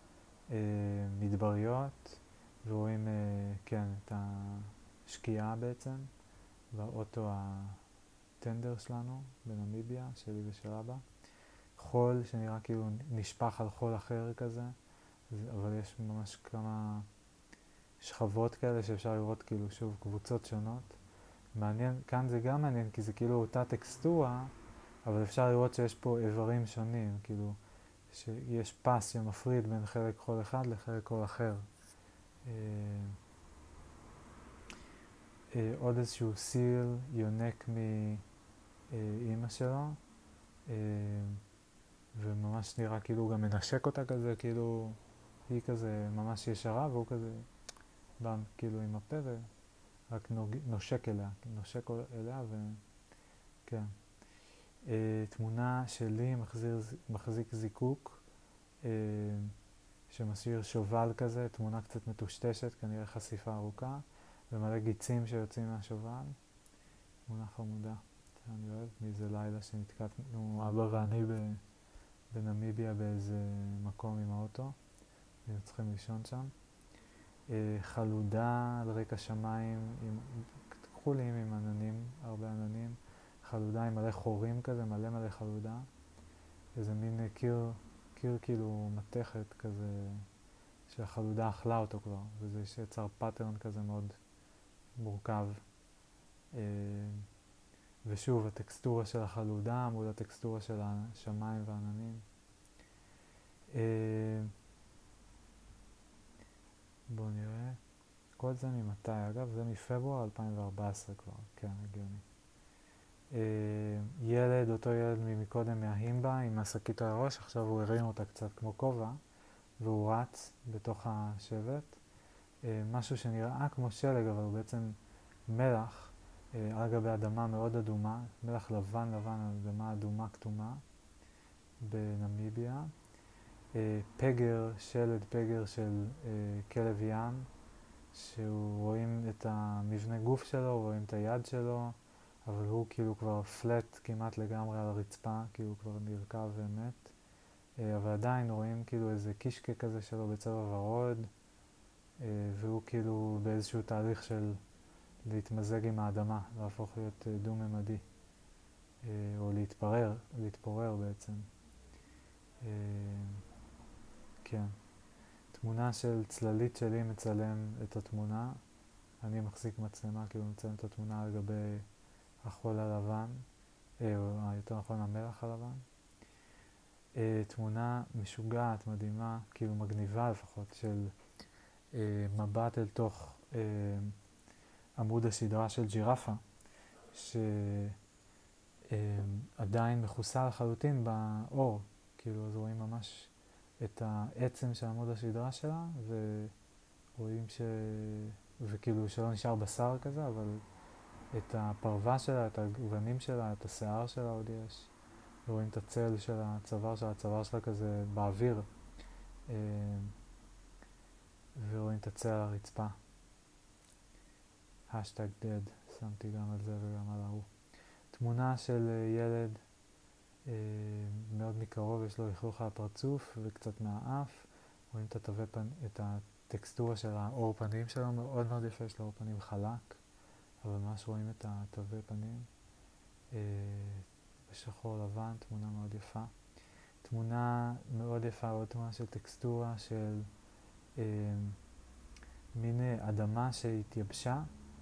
מדבריות, ורואים, כן, את השקיעה בעצם, והאוטו הטנדר שלנו בנמיביה, שלי ושל אבא. חול שנראה כאילו נשפך על חול אחר כזה, אבל יש ממש כמה שכבות כאלה שאפשר לראות כאילו שוב קבוצות שונות. מעניין, כאן זה גם מעניין כי זה כאילו אותה טקסטורה, אבל אפשר לראות שיש פה איברים שונים, כאילו שיש פס שמפריד בין חלק חול אחד לחלק חול אחר. עוד איזשהו סיל יונק מאמא שלו, וממש נראה כאילו הוא גם מנשק אותה כזה, כאילו היא כזה ממש ישרה והוא כזה בא כאילו עם הפה ורק נושק אליה וכן. תמונה שלי מחזיק זיקוק שמשאיר שובל כזה, תמונה קצת מטושטשת, כנראה חשיפה ארוכה ומלא גיצים שיוצאים מהשובל. תמונה חמודה שאני אוהב, מאיזה לילה שנתקענו אבא ואני בנמיביה באיזה מקום עם האוטו, היינו צריכים לישון שם. חלודה על רקע שמיים עם כחולים עם עננים, הרבה עננים, חלודה עם מלא חורים כזה, מלא חלודה, איזה מין קיר כאילו מתכת כזה שהחלודה אכלה אותו כבר, וזה יצר פאטרן כזה מאוד מורכב. ושוב, הטקסטורה של החלודה מול הטקסטורה של השמיים והעננים. בואו נראה. כל זה ממתי? אגב, זה מפברואר 2014 כבר. כן, הגיוני. ילד, אותו ילד מקודם מההימבה עם השקית על הראש, עכשיו הוא הרים אותה קצת כמו כובע, והוא רץ בתוך השבט. משהו שנראה כמו שלג, אבל הוא בעצם מלח על גבי אדמה מאוד אדומה, מלח לבן על אדמה אדומה כתומה בנמיביה. פגר, שלד פגר של כלב ים, רואים את המבנה גוף שלו, רואים את היד שלו, אבל הוא כאילו כבר פלט כמעט לגמרי על הרצפה, כאילו הוא כבר נרכב ומת. אבל עדיין רואים כאילו איזה קישקה כזה שלו בצבע ורוד, והוא כאילו באיזשהו תהליך של להתמזג עם האדמה, להפוך להיות דו-ממדי, או להתפורר בעצם. כן. תמונה של צללית שלי מצלם את התמונה. אני מחזיק מצלמה, כאילו מצלם את התמונה על גבי החול הלבן, או יותר נכון המלח הלבן. תמונה משוגעת, מדהימה, כאילו מגניבה לפחות, של מבט אל תוך עמוד השדרה של ג'ירפה, שעדיין מכוסה לחלוטין באור, כאילו אז רואים ממש את העצם של עמוד השדרה שלה, ורואים וכאילו שלא נשאר בשר כזה, אבל את הפרווה שלה, את הגוונים שלה, את השיער שלה עוד יש. ורואים את הצל של הצוואר שלה כזה באוויר. ורואים את הצל על הרצפה. #dead, שמתי גם על זה וגם על ההוא. תמונה של ילד מאוד מקרוב, יש לו לכלוך על הפרצוף וקצת מהאף. רואים את הטקסטורה של האור פנים שלו, מאוד מאוד יפה, יש לו אור פנים חלק, אבל ממש רואים את התווי פנים. בשחור לבן, תמונה מאוד יפה. תמונה מאוד יפה, עוד תמונה של טקסטורה של מין אדמה שהתייבשה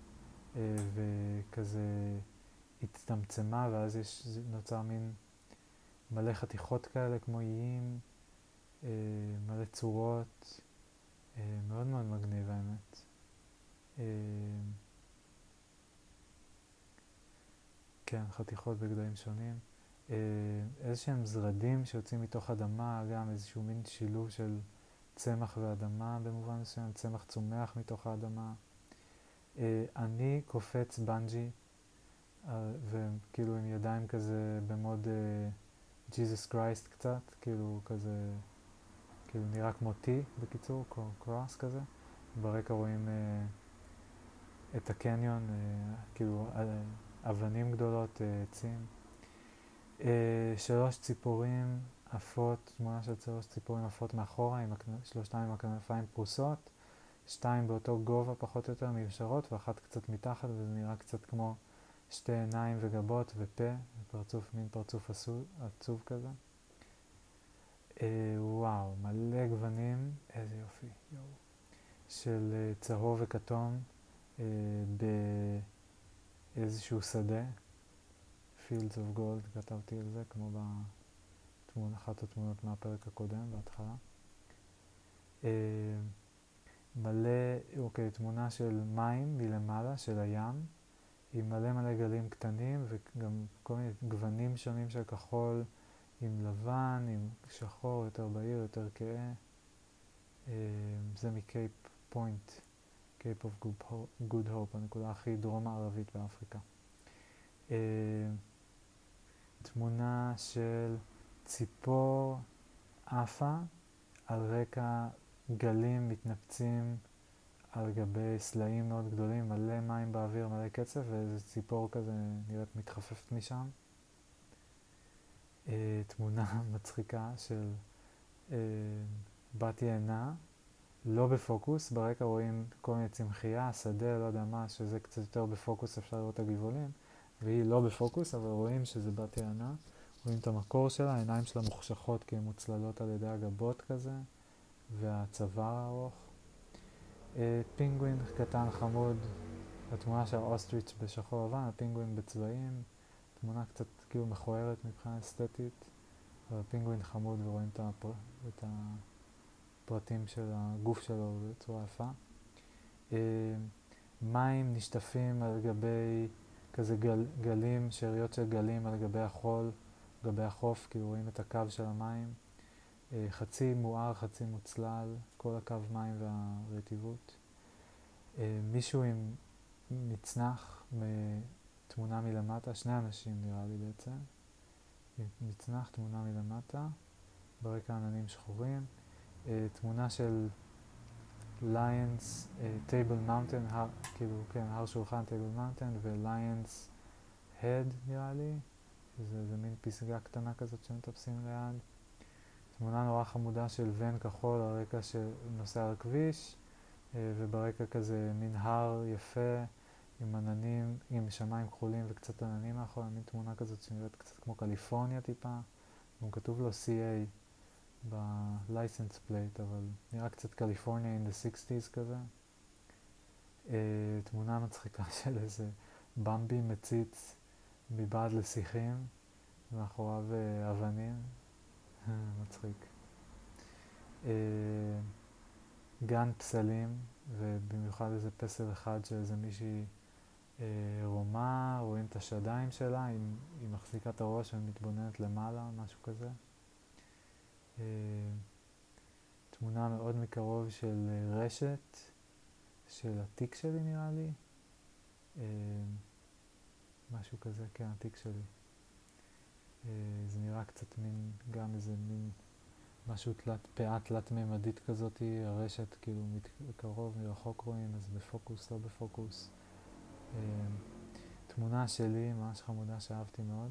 וכזה הצטמצמה, ואז נוצר מין מלא חתיכות כאלה כמו איים, מלא צורות, מאוד מאוד מגניב האמת. כן, חתיכות בגדלים שונים. איזה שהם זרדים שיוצאים מתוך אדמה, גם איזשהו מין שילוב של צמח ואדמה במובן מסוים, צמח צומח מתוך האדמה. אני קופץ בנג'י, וכאילו עם ידיים כזה במוד ג'יזוס קרייסט קצת, כאילו כזה, כאילו נראה כמו T בקיצור, קרוס כזה. ברקע רואים את הקניון, כאילו אבנים גדולות, עצים. 3 ציפורים עפות, תמונה של 3 ציפורים עפות מאחורה, שלושתן עם הכנפיים פרוסות, 2 באותו גובה פחות או יותר מיושרות, ואחת קצת מתחת, וזה נראה קצת כמו 2 עיניים וגבות ופה, ופרצוף, מין פרצוף עצוב כזה. וואו, מלא גוונים, איזה יופי, יואו. של צהוב וכתום באיזשהו שדה, Fields of Gold, כתבתי על זה, כמו אחת התמונות מהפרק הקודם, בהתחלה. מלא, אוקיי, תמונה של מים מלמעלה, של הים, עם מלא גלים קטנים, וגם כל מיני גוונים שונים של כחול, עם לבן, עם שחור, יותר בהיר, יותר כהה. זה מקייפ פוינט, קייפ אוף גוד הופ, הנקודה הכי דרום מערבית באפריקה. תמונה של ציפור עפה על רקע גלים מתנפצים על גבי סלעים מאוד גדולים, מלא מים באוויר, מלא קצף, ואיזה ציפור כזה נראית מתחפפת משם. תמונה מצחיקה של בת יענה, לא בפוקוס, ברקע רואים כל מיני צמחייה, שדה, לא יודע מה, שזה קצת יותר בפוקוס, אפשר לראות את הגבעולים, והיא לא בפוקוס, אבל רואים שזה בת יענה. רואים את המקור שלה, העיניים שלה מוחשכות כי הן מוצללות על ידי הגבות כזה, והצוואר הארוך. פינגווין קטן חמוד, התמונה של האוסטריץ' בשחור לבן, הפינגווין בצבעים, תמונה קצת כאילו מכוערת מבחינה אסתטית, אבל פינגווין חמוד ורואים את הפרטים של הגוף שלו בצורה יפה. מים נשטפים על גבי כזה גלים, שאריות של גלים על גבי החול, על גבי החוף, כי רואים את הקו של המים. חצי מואר, חצי מוצלל, כל הקו מים והרטיבות. מישהו עם מצנח, תמונה מלמטה, 2 אנשים נראה לי בעצם. מצנח, תמונה מלמטה, ברקע עננים שחורים. תמונה של ליונס, טייבל מאונטן, כאילו, כן, הר שולחן טייבל מאונטן, וליונס הד נראה לי, זה מין פסגה קטנה כזאת שמטפסים ליד. תמונה נורא חמודה של ון כחול על רקע שנוסע על כביש, וברקע כזה מין הר יפה עם עננים, עם שמיים כחולים וקצת עננים מאחור, מין תמונה כזאת שנראית קצת כמו קליפורניה טיפה, גם כתוב לו CA ב-license plate, אבל נראה קצת קליפורניה in the 60s כזה. תמונה מצחיקה של איזה במבי מציץ מבעד לשיחים, מאחוריו אבנים, מצחיק. גן פסלים, ובמיוחד איזה פסל אחד של איזה מישהי רומה, רואים את השדיים שלה, היא מחזיקה את הראש ומתבוננת למעלה, משהו כזה. תמונה מאוד מקרוב של רשת, של התיק שלי נראה לי. משהו כזה, כן, התיק שלי. זה נראה קצת מין, גם איזה מין משהו פאה תלת-ממדית כזאת, הרשת כאילו מקרוב, מרחוק רואים, אז בפוקוס, לא בפוקוס. תמונה שלי, ממש חמודה שאהבתי מאוד,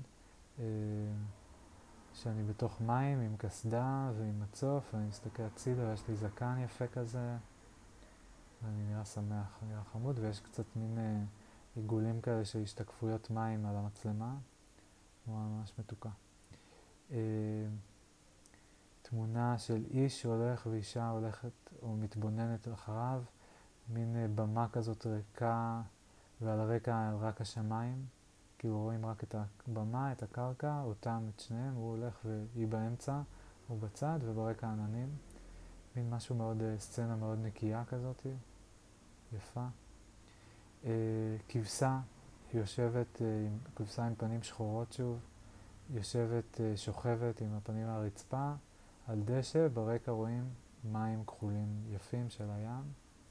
שאני בתוך מים עם קסדה ועם מצוף, ואני מסתכל הצידה ויש לי זקן יפה כזה, ואני נראה שמח, נראה חמוד, ויש קצת מין עיגולים כאלה של השתקפויות מים על המצלמה, ממש מתוקה. תמונה של איש שהולך ואישה הולכת או מתבוננת אחריו, מין במה כזאת ריקה, ועל הרקע רק השמיים, כאילו רואים רק את הבמה, את הקרקע, אותם, את שניהם, הוא הולך והיא באמצע, הוא בצד, וברקע עננים. מין משהו מאוד, סצנה מאוד נקייה כזאת, יפה. כבשה, היא יושבת, כבשה עם פנים שחורות שוב, יושבת, שוכבת עם הפנים על הרצפה, על דשא, ברקע רואים מים כחולים יפים של הים.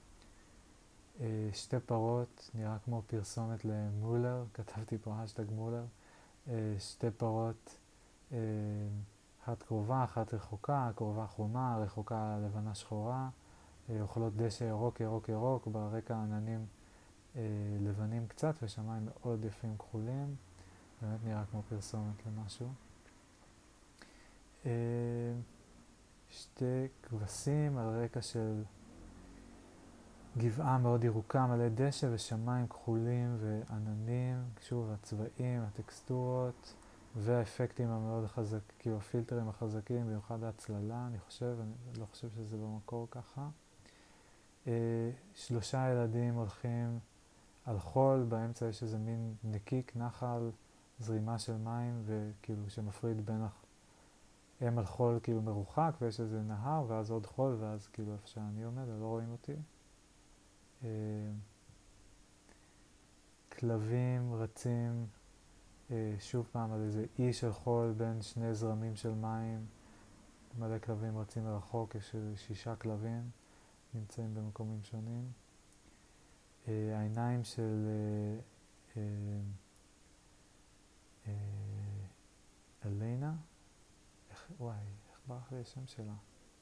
שתי פרות, נראה כמו פרסומת למולר, כתבתי פה השטג מולר. שתי פרות, אחת קרובה, אחת רחוקה, קרובה חומה, רחוקה לבנה שחורה, אוכלות דשא ירוק ירוק ירוק, ברקע עננים לבנים קצת ושמיים מאוד יפים כחולים, באמת נראה כמו פרסומת למשהו. שתי כבשים על רקע של גבעה מאוד ירוקה, מלא דשא ושמיים כחולים ועננים, שוב הצבעים, הטקסטורות והאפקטים המאוד חזקים, כאילו הפילטרים החזקים, במיוחד ההצללה, אני לא חושב שזה במקור ככה. 3 ילדים הולכים על חול, באמצע יש איזה מין נקיק, נחל, זרימה של מים, וכאילו שמפריד בין הם על חול כאילו מרוחק, ויש איזה נהר, ואז עוד חול, ואז כאילו איפה שאני עומד, לא רואים אותי. כלבים רצים שוב פעם על איזה אי של חול בין שני זרמים של מים, מלא כלבים רצים מרחוק, יש 6 כלבים נמצאים במקומים שונים. העיניים של אלינה, איך ברח לי השם שלה?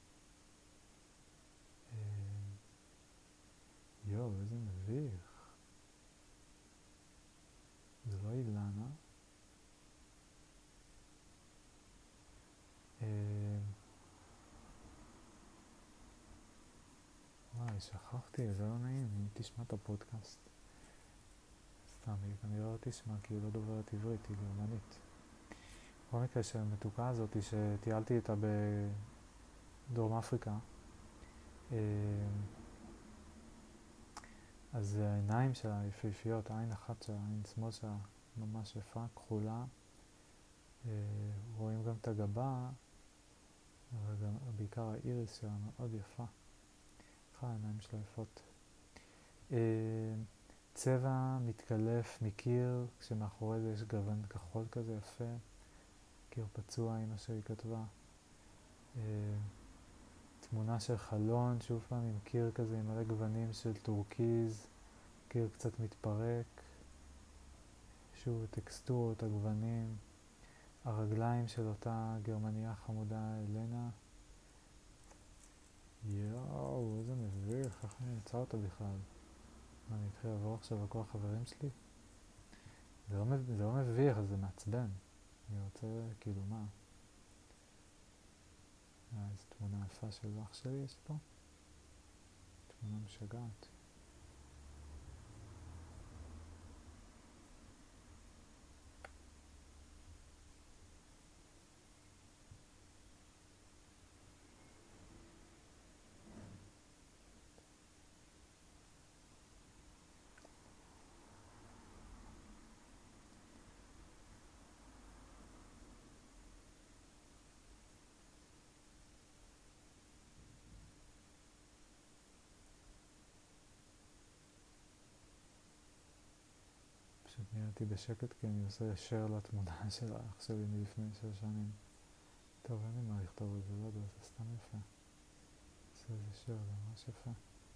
איזה מביך. זה לא אילנה. שכחתי, זה לא נעים, אם תשמע את הפודקאסט. סתם, אני לא תשמע, כי היא לא דוברת עברית, היא גרמנית. בכל מקרה שהמתוקה הזאת, שטיילתי איתה בדרום אפריקה, אז העיניים שלה יפהפיות, עין אחת שלה, עין שמאל שלה ממש יפה, כחולה. רואים גם את הגבה, אבל גם בעיקר האיריס שלה מאוד יפה. העיניים שלה יפות. צבע מתקלף מקיר, כשמאחורי זה יש גוון כחול כזה יפה. קיר פצוע, אמא שלי כתבה. תמונה של חלון, שוב פעם עם קיר כזה עם מלא גוונים של טורקיז, קיר קצת מתפרק. שוב טקסטורות, הגוונים. הרגליים של אותה גרמניה חמודה אלנה. איזה מביך, איך אני אמצא אותה בכלל? אני אתחיל לעבור עכשיו על כל החברים שלי? זה לא מביך, זה מעצבן. אני רוצה, כאילו, מה? איזו תמונה יפה של אח שלי יש פה. תמונה משגעת. פשוט נהייתי בשקט כי אני עושה share לתמונה של האח שלי מלפני 6 שנים. טוב, אין לי מה לכתוב על זה, לא יודע, זה סתם יפה. עושה איזה share, זה ממש יפה.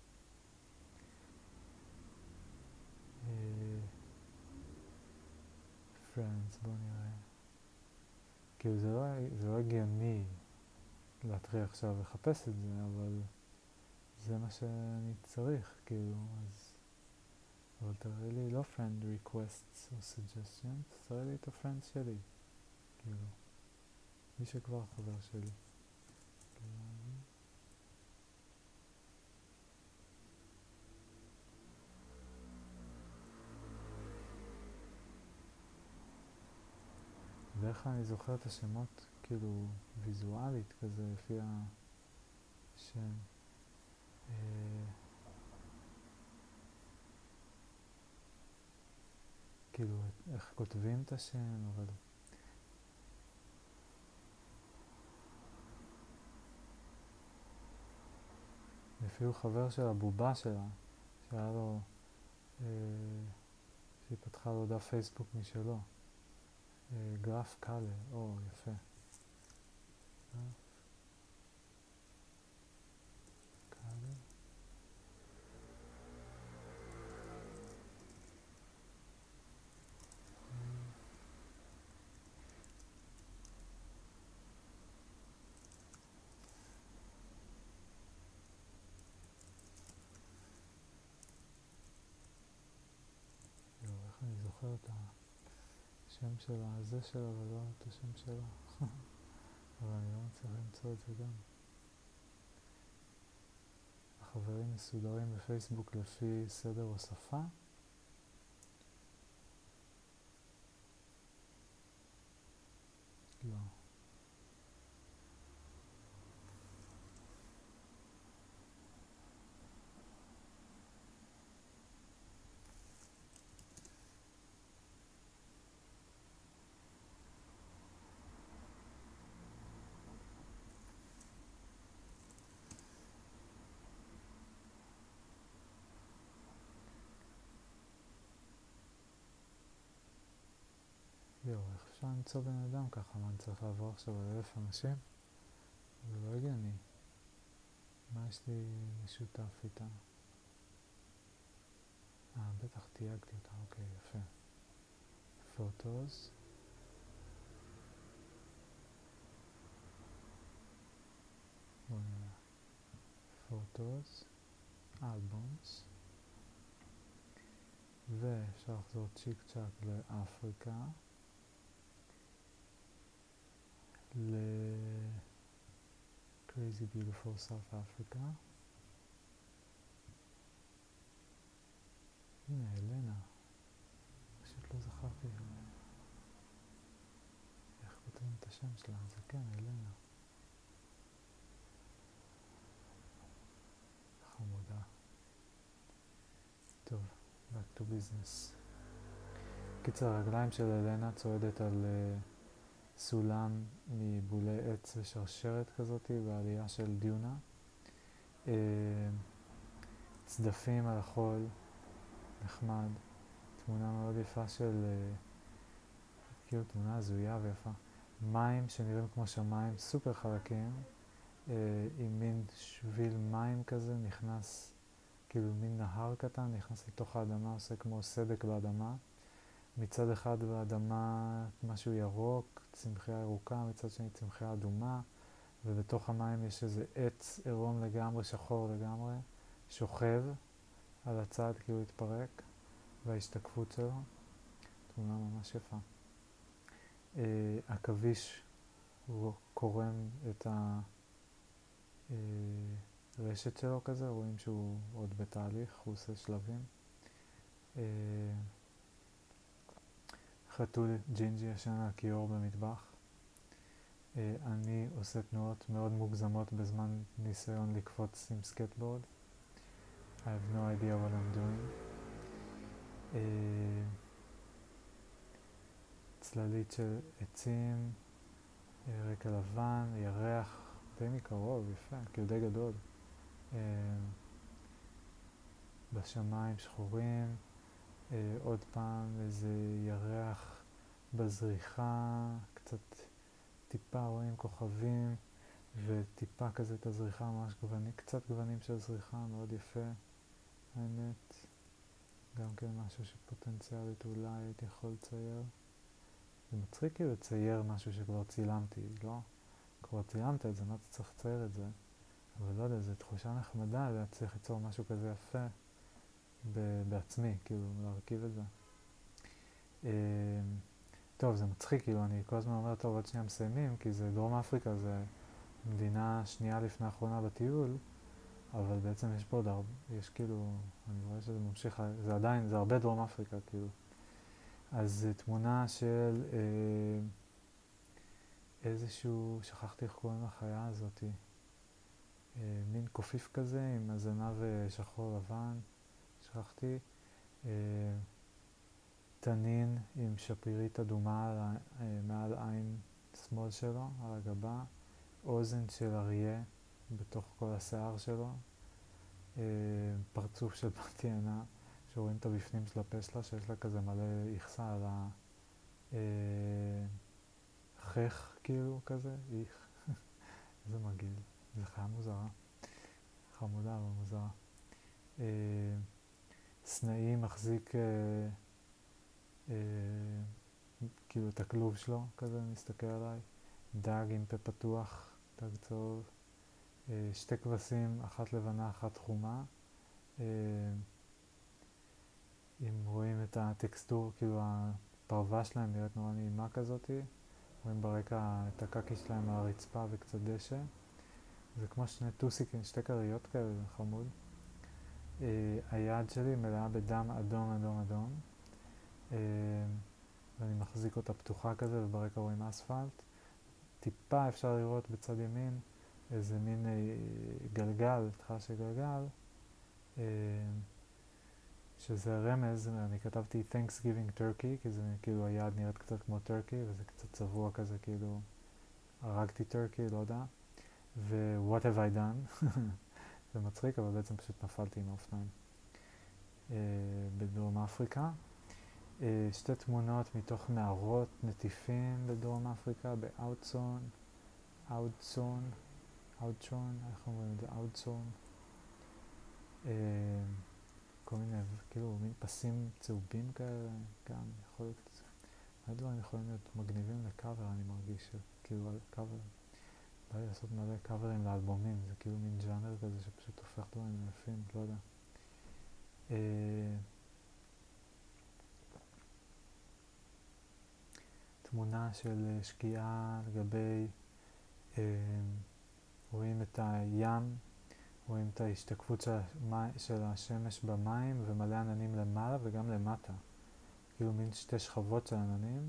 Friends, בוא נראה. כאילו זה לא הגיוני להתחיל עכשיו לחפש את זה, אבל זה מה שאני צריך, כאילו, אז... אבל תראה לי לא friend requests או suggestions, תראה לי את הפרנדס שלי, כאילו, מי שכבר חבר שלי. בדרך כלל אני זוכר את השמות, כאילו, ויזואלית כזה, לפי השם. כאילו, איך כותבים את השם, אבל... אפילו חבר של הבובה שלה, שהיה לו... שהיא פתחה לו דף פייסבוק משלו. גרף קאלה, יפה. גרף קאלה. איך אני זוכר את השם של הזה שלה ולא את השם שלה. אבל אני לא מצליח למצוא את זה גם. החברים מסודרים בפייסבוק לפי סדר או שפה. לא. איך אפשר למצוא בן אדם ככה? מה, אני צריך לעבור עכשיו על 1,000 אנשים? זה לא הגיוני. מה יש לי משותף איתה? בטח תייגתי אותה, אוקיי, יפה. פוטוס. בואו נראה. פוטוס. אלבומס. ואפשר לחזור צ'יק צ'אק לאפריקה. Crazy Beautiful South Africa. הנה, אלנה. פשוט לא זכרתי איך כותבים את השם שלה. זה כן, אלנה. חמודה. טוב, back to business. קיצר, הרגליים של אלנה צועדת על סולם מבולי עץ ושרשרת כזאת בעלייה של דיונה. צדפים על החול, נחמד. תמונה מאוד יפה של, כאילו תמונה הזויה ויפה. מים שנראים כמו שמיים, סופר חלקים, עם מין שביל מים כזה נכנס, כאילו מין נהר קטן נכנס לתוך האדמה, עושה כמו סדק באדמה. מצד אחד באדמה משהו ירוק, צמחייה ירוקה, מצד שני צמחייה אדומה, ובתוך המים יש איזה עץ עירום לגמרי, שחור לגמרי, שוכב על הצד כאילו התפרק, וההשתקפות שלו, תמונה ממש יפה. הכביש הוא קורם את הרשת שלו כזה, רואים שהוא עוד בתהליך, הוא עושה שלבים. חתול ג'ינג'י ישן על הכיור במטבח. אני עושה תנועות מאוד מוגזמות בזמן ניסיון לקפוץ עם סקטבורד. I have no idea what I'm doing. צללית של עצים, רקע לבן, ירח, די מקרוב, יפה, כאילו די גדול. בשמיים שחורים, עוד פעם איזה ירח בזריחה, קצת טיפה רואים כוכבים וטיפה כזה את הזריחה, ממש קצת גוונים של זריחה, מאוד יפה האמת. גם כן משהו שפוטנציאלית אולי הייתי יכול לצייר. זה מצחיק כאילו לצייר משהו שכבר צילמתי, לא? כבר צילמת את זה, מה אתה צריך לצייר את זה? אבל לא יודע, זו תחושה נחמדה להצליח ליצור משהו כזה יפה בעצמי, כאילו להרכיב את זה. טוב, זה מצחיק, כאילו אני כל הזמן אומר, טוב, עוד שנייה מסיימים, כי זה דרום אפריקה, זה מדינה שנייה לפני האחרונה בטיול, אבל בעצם יש פה עוד הרבה, יש כאילו, אני רואה שזה ממשיך, זה עדיין, זה הרבה דרום אפריקה, כאילו. אז זה תמונה של איזשהו, שכחתי איך קוראים לחיה הזאתי, מין קופיף כזה עם הזנב שחור לבן, שכחתי, תנין עם שפירית אדומה מעל עין שמאל שלו, על הגבה, אוזן של אריה בתוך כל השיער שלו, פרצוף של בת יענה, שרואים את הבפנים של הפה שלה, שיש לה כזה מלא יחסה על אה, חך כאילו כזה, איך, איזה מגעיל, זה חיה מוזרה, חמודה אבל מוזרה. סנאי מחזיק אה, כאילו את הכלוב שלו כזה, מסתכל עליי, דג עם פה פתוח, דג צהוב, שתי כבשים, אחת לבנה, אחת חומה. אם רואים את הטקסטור, כאילו הפרווה שלהם נראית נורא נעימה כזאתי, רואים ברקע את הקקי שלהם על הרצפה וקצת דשא. זה כמו שני טוסיקים, שתי כריות כאלה, זה חמוד. היד שלי מלאה בדם אדום אדום אדום, ואני מחזיק אותה פתוחה כזה, וברקע רואים אספלט. טיפה אפשר לראות בצד ימין איזה מין גלגל, התחלה של גלגל, שזה רמז, אני כתבתי Thanksgiving Turkey, כי זה כאילו היד נראית קצת כמו טורקי, וזה קצת צבוע כזה, כאילו הרגתי טורקי, לא יודע. ו-What have I done? זה מצחיק, אבל בעצם פשוט נפלתי עם האופניים. בדרום אפריקה. שתי תמונות מתוך מערות נטיפים בדרום אפריקה, באודסון, איך אומרים את זה? אודסון. כל מיני, כאילו, מין פסים צהובים כאלה, גם יכול להיות, הדברים יכולים להיות מגניבים לקאבר, אני מרגיש, כאילו, על קאבר, בא לי לעשות מלא קאברים לאלבומים, זה כאילו מין ג'אנר כזה שפשוט הופך דברים יפים, לא יודע. תמונה של שקיעה לגבי, רואים את הים, רואים את ההשתקפות של השמש במים ומלא עננים למעלה וגם למטה. כאילו מין שתי שכבות של עננים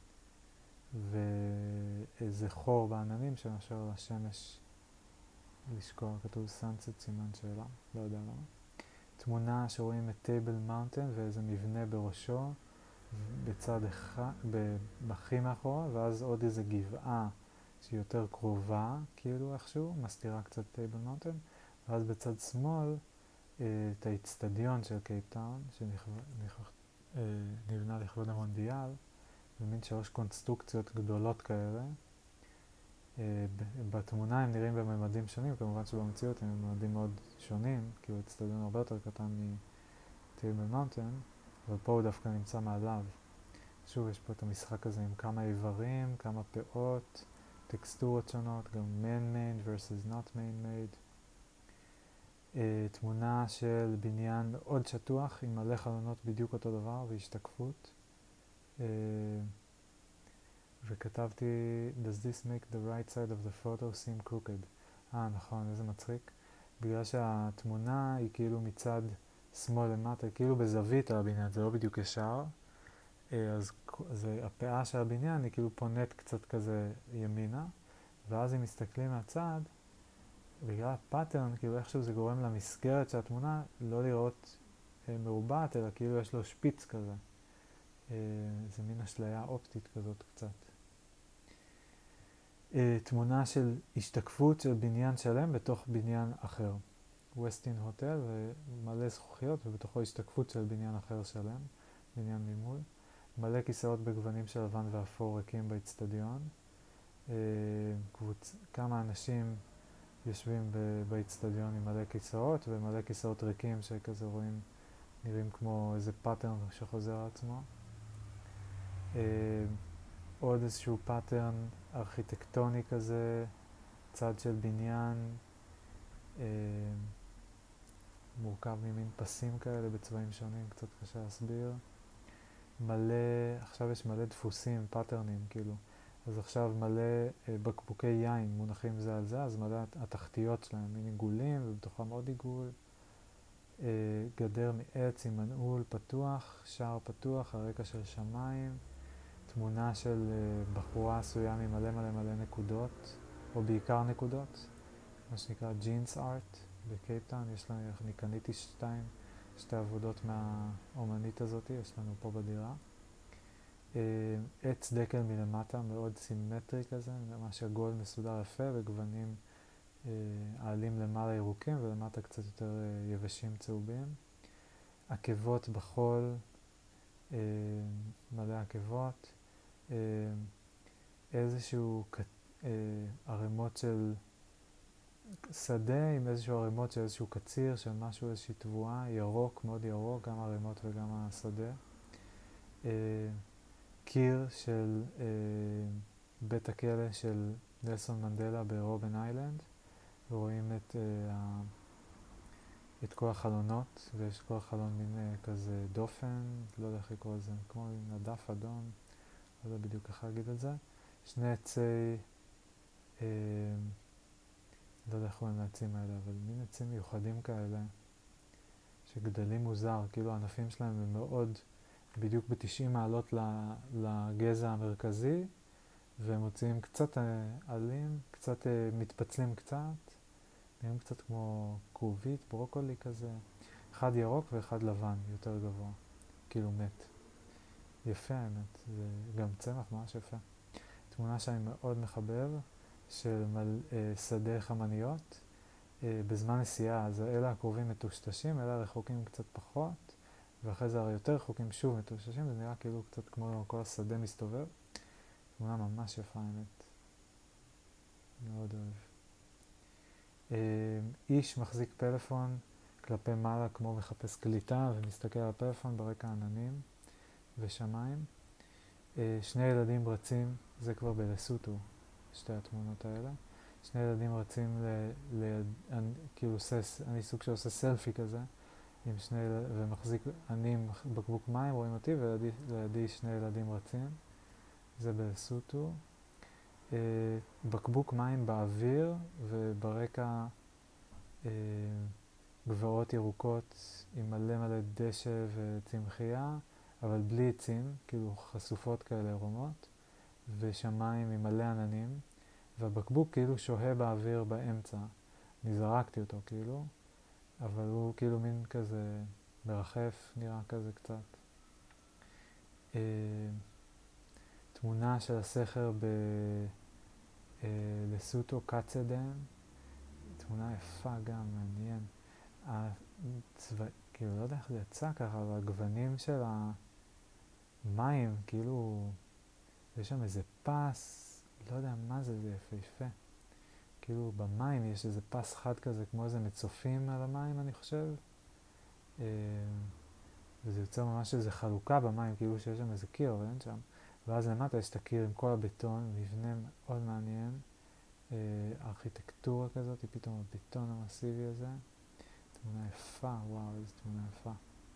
ואיזה חור בעננים שמאשר לשמש לשקוע, כתוב סאנסט סימן שאלה, לא יודע למה. תמונה שרואים את טייבל מאונטן ואיזה מבנה בראשו בצד אחד, בכי מאחורה, ואז עוד איזה גבעה שהיא יותר קרובה, כאילו איכשהו, מסתירה קצת טייבל מאונטן, ואז בצד שמאל את האצטדיון של קייפטאון, שנבנה לכבוד המונדיאל, במין 3 קונסטרוקציות גדולות כאלה. בתמונה הם נראים בממדים שונים, כמובן שבמציאות הם ממדים מאוד שונים, כאילו האצטדיון הרבה יותר קטן מטייבל מאונטן, אבל פה הוא דווקא נמצא מעליו. שוב, יש פה את המשחק הזה עם כמה איברים, כמה פאות, טקסטורות שונות, גם man-made versus not man-made. תמונה של בניין מאוד שטוח עם מלא חלונות בדיוק אותו דבר והשתקפות. וכתבתי, does this make the right side of the photo seem crooked? נכון, איזה מצחיק. בגלל שהתמונה היא כאילו מצד שמאל למטה, כאילו בזווית על הבניין, זה לא בדיוק ישר. אז הפאה של הבניין היא כאילו פונית קצת כזה ימינה, ואז אם מסתכלים מהצד, בגלל הפאטרן, כאילו איכשהו זה גורם למסגרת של התמונה לא לראות מרובעת, אלא כאילו יש לו שפיץ כזה. זה מין אשליה אופטית כזאת קצת. תמונה של השתקפות של בניין שלם בתוך בניין אחר. ווסטין הוטל ומלא זכוכיות, ובתוכו השתקפות של בניין אחר שלם, בניין ממול. מלא כיסאות בגוונים של לבן ואפור ריקים באצטדיון. כמה אנשים יושבים באצטדיון עם מלא כיסאות, ומלא כיסאות ריקים שכזה רואים, נראים כמו איזה פאטרן שחוזר על עצמו. עוד איזשהו פאטרן ארכיטקטוני כזה, צד של בניין, מורכב ממין פסים כאלה בצבעים שונים, קצת קשה להסביר. עכשיו יש מלא דפוסים, פאטרנים כאילו. אז עכשיו מלא בקבוקי יין מונחים זה על זה, אז מלא התחתיות שלהם, מין עיגולים ובתוכם עוד עיגול. גדר מעץ עם מנעול פתוח, שער פתוח, הרקע של שמיים. תמונה של בחורה עשויה ממלא מלא מלא נקודות, או בעיקר נקודות, מה שנקרא ג'ינס ארט בקייפטאון. אני קניתי שתי עבודות מהאומנית הזאת, יש לנו פה בדירה. עץ דקל מלמטה, מאוד סימטרי כזה, ממש עגול מסודר יפה, וגוונים העלים למעלה ירוקים ולמטה קצת יותר יבשים צהובים. עקבות בחול, מלא עקבות. איזשהו ערימות של שדה עם איזשהו ערימות של איזשהו קציר של משהו, איזושהי תבואה, ירוק, מאוד ירוק, גם הערימות וגם השדה. קיר של בית הכלא של נלסון מנדלה ברובן איילנד, ורואים את כל החלונות, ויש כל החלון מין כזה דופן, לא יודע איך לקרוא לזה, כמו נדף אדום, לא יודע בדיוק איך להגיד את זה. שני עצי, לא יודע איך קוראים לעצים האלה, אבל מין עצים מיוחדים כאלה, שגדלים מוזר, כאילו הענפים שלהם הם מאוד בדיוק ב-90 מעלות לגזע המרכזי, והם מוציאים קצת עלים, קצת מתפצלים קצת, נראים קצת כמו כרובית, ברוקולי כזה, אחד ירוק ואחד לבן, יותר גבוה, כאילו מת. יפה האמת, זה גם צמח ממש יפה. תמונה שאני מאוד מחבב, של שדה חמניות, בזמן נסיעה, אז אלה הקרובים מטושטשים, אלה הרחוקים קצת פחות, ואחרי זה היותר רחוקים שוב מטושטשים, זה נראה כאילו קצת כמו כל השדה מסתובב. תמונה ממש יפה האמת. מאוד אוהב. איש מחזיק פלאפון כלפי מעלה כמו מחפש קליטה ומסתכל על הפלאפון ברקע עננים ושמיים. שני ילדים רצים, זה כבר בלסוטו, שתי התמונות האלה. שני ילדים רצים כאילו אני סוג שעושה סלפי כזה, עם ומחזיק, אני עם בקבוק מים, רואים אותי, ולידי שני ילדים רצים. זה בלסוטו. בקבוק מים באוויר, וברקע גבעות ירוקות עם מלא מלא דשא וצמחייה, אבל בלי עצים, כאילו חשופות כאלה עירומות, ושמיים עם מלא עננים, והבקבוק כאילו שוהה באוויר באמצע. אני זרקתי אותו כאילו, אבל הוא כאילו מין כזה מרחף, נראה כזה קצת. תמונה של הסכר בלסוטו קצדן, תמונה יפה גם, מעניין. כאילו לא יודע איך זה יצא ככה, אבל הגוונים של המים, כאילו יש שם איזה פס, לא יודע מה זה, זה יפהפה. כאילו במים יש איזה פס חד כזה, כמו איזה מצופים על המים אני חושב. וזה יוצר ממש איזה חלוקה במים, כאילו שיש שם איזה קיר, אבל אין שם. ואז למטה יש את הקיר עם כל הבטון, מבנה מאוד מעניין. ארכיטקטורה כזאת, פתאום הבטון המסיבי הזה. תמונה יפה, וואו, איזו תמונה יפה.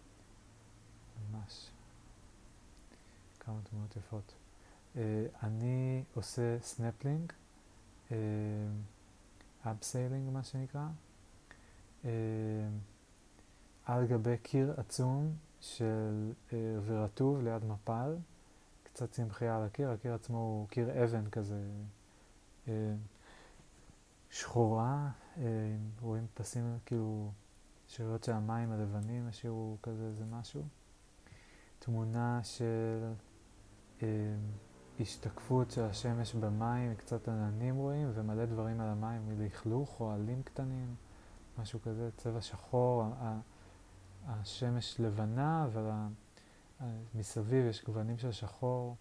ממש. כמה תמונות יפות. אני עושה סנפלינג, אבסיילינג מה שנקרא, על גבי קיר עצום של ורטוב ליד מפל, קצת צמחייה על הקיר, הקיר עצמו הוא קיר אבן כזה שחורה, רואים פסים כאילו שאריות של המים הלבנים, השאירו כזה איזה משהו. תמונה של השתקפות של השמש במים, קצת עננים רואים, ומלא דברים על המים, מלכלוך או עלים קטנים, משהו כזה, צבע שחור, השמש לבנה, ומסביב יש גוונים של שחור.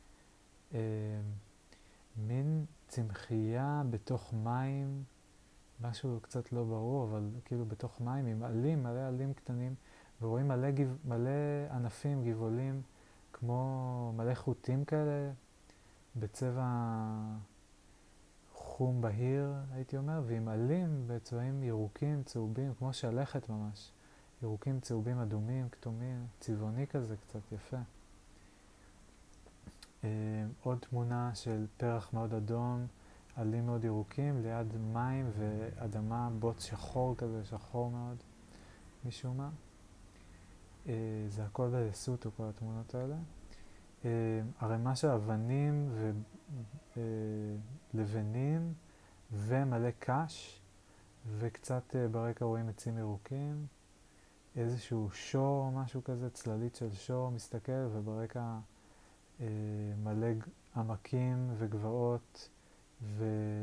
מין צמחייה בתוך מים, משהו קצת לא ברור, אבל כאילו בתוך מים עם עלים, מלא עלים קטנים, ורואים מלא ענפים, גבעולים, כמו מלא חוטים כאלה, בצבע חום בהיר, הייתי אומר, ועם עלים בצבעים ירוקים, צהובים, כמו שלכת ממש. ירוקים, צהובים, אדומים, כתומים, צבעוני כזה, קצת יפה. עוד תמונה של פרח מאוד אדום, עלים מאוד ירוקים, ליד מים ואדמה, בוץ שחור כזה, שחור מאוד, משום מה. זה הכל בלסוטו, כל התמונות האלה. ערימה של אבנים ולבנים ומלא קש, וקצת ברקע רואים עצים ירוקים, איזשהו שור או משהו כזה, צללית של שור מסתכל, וברקע מלא עמקים וגבעות,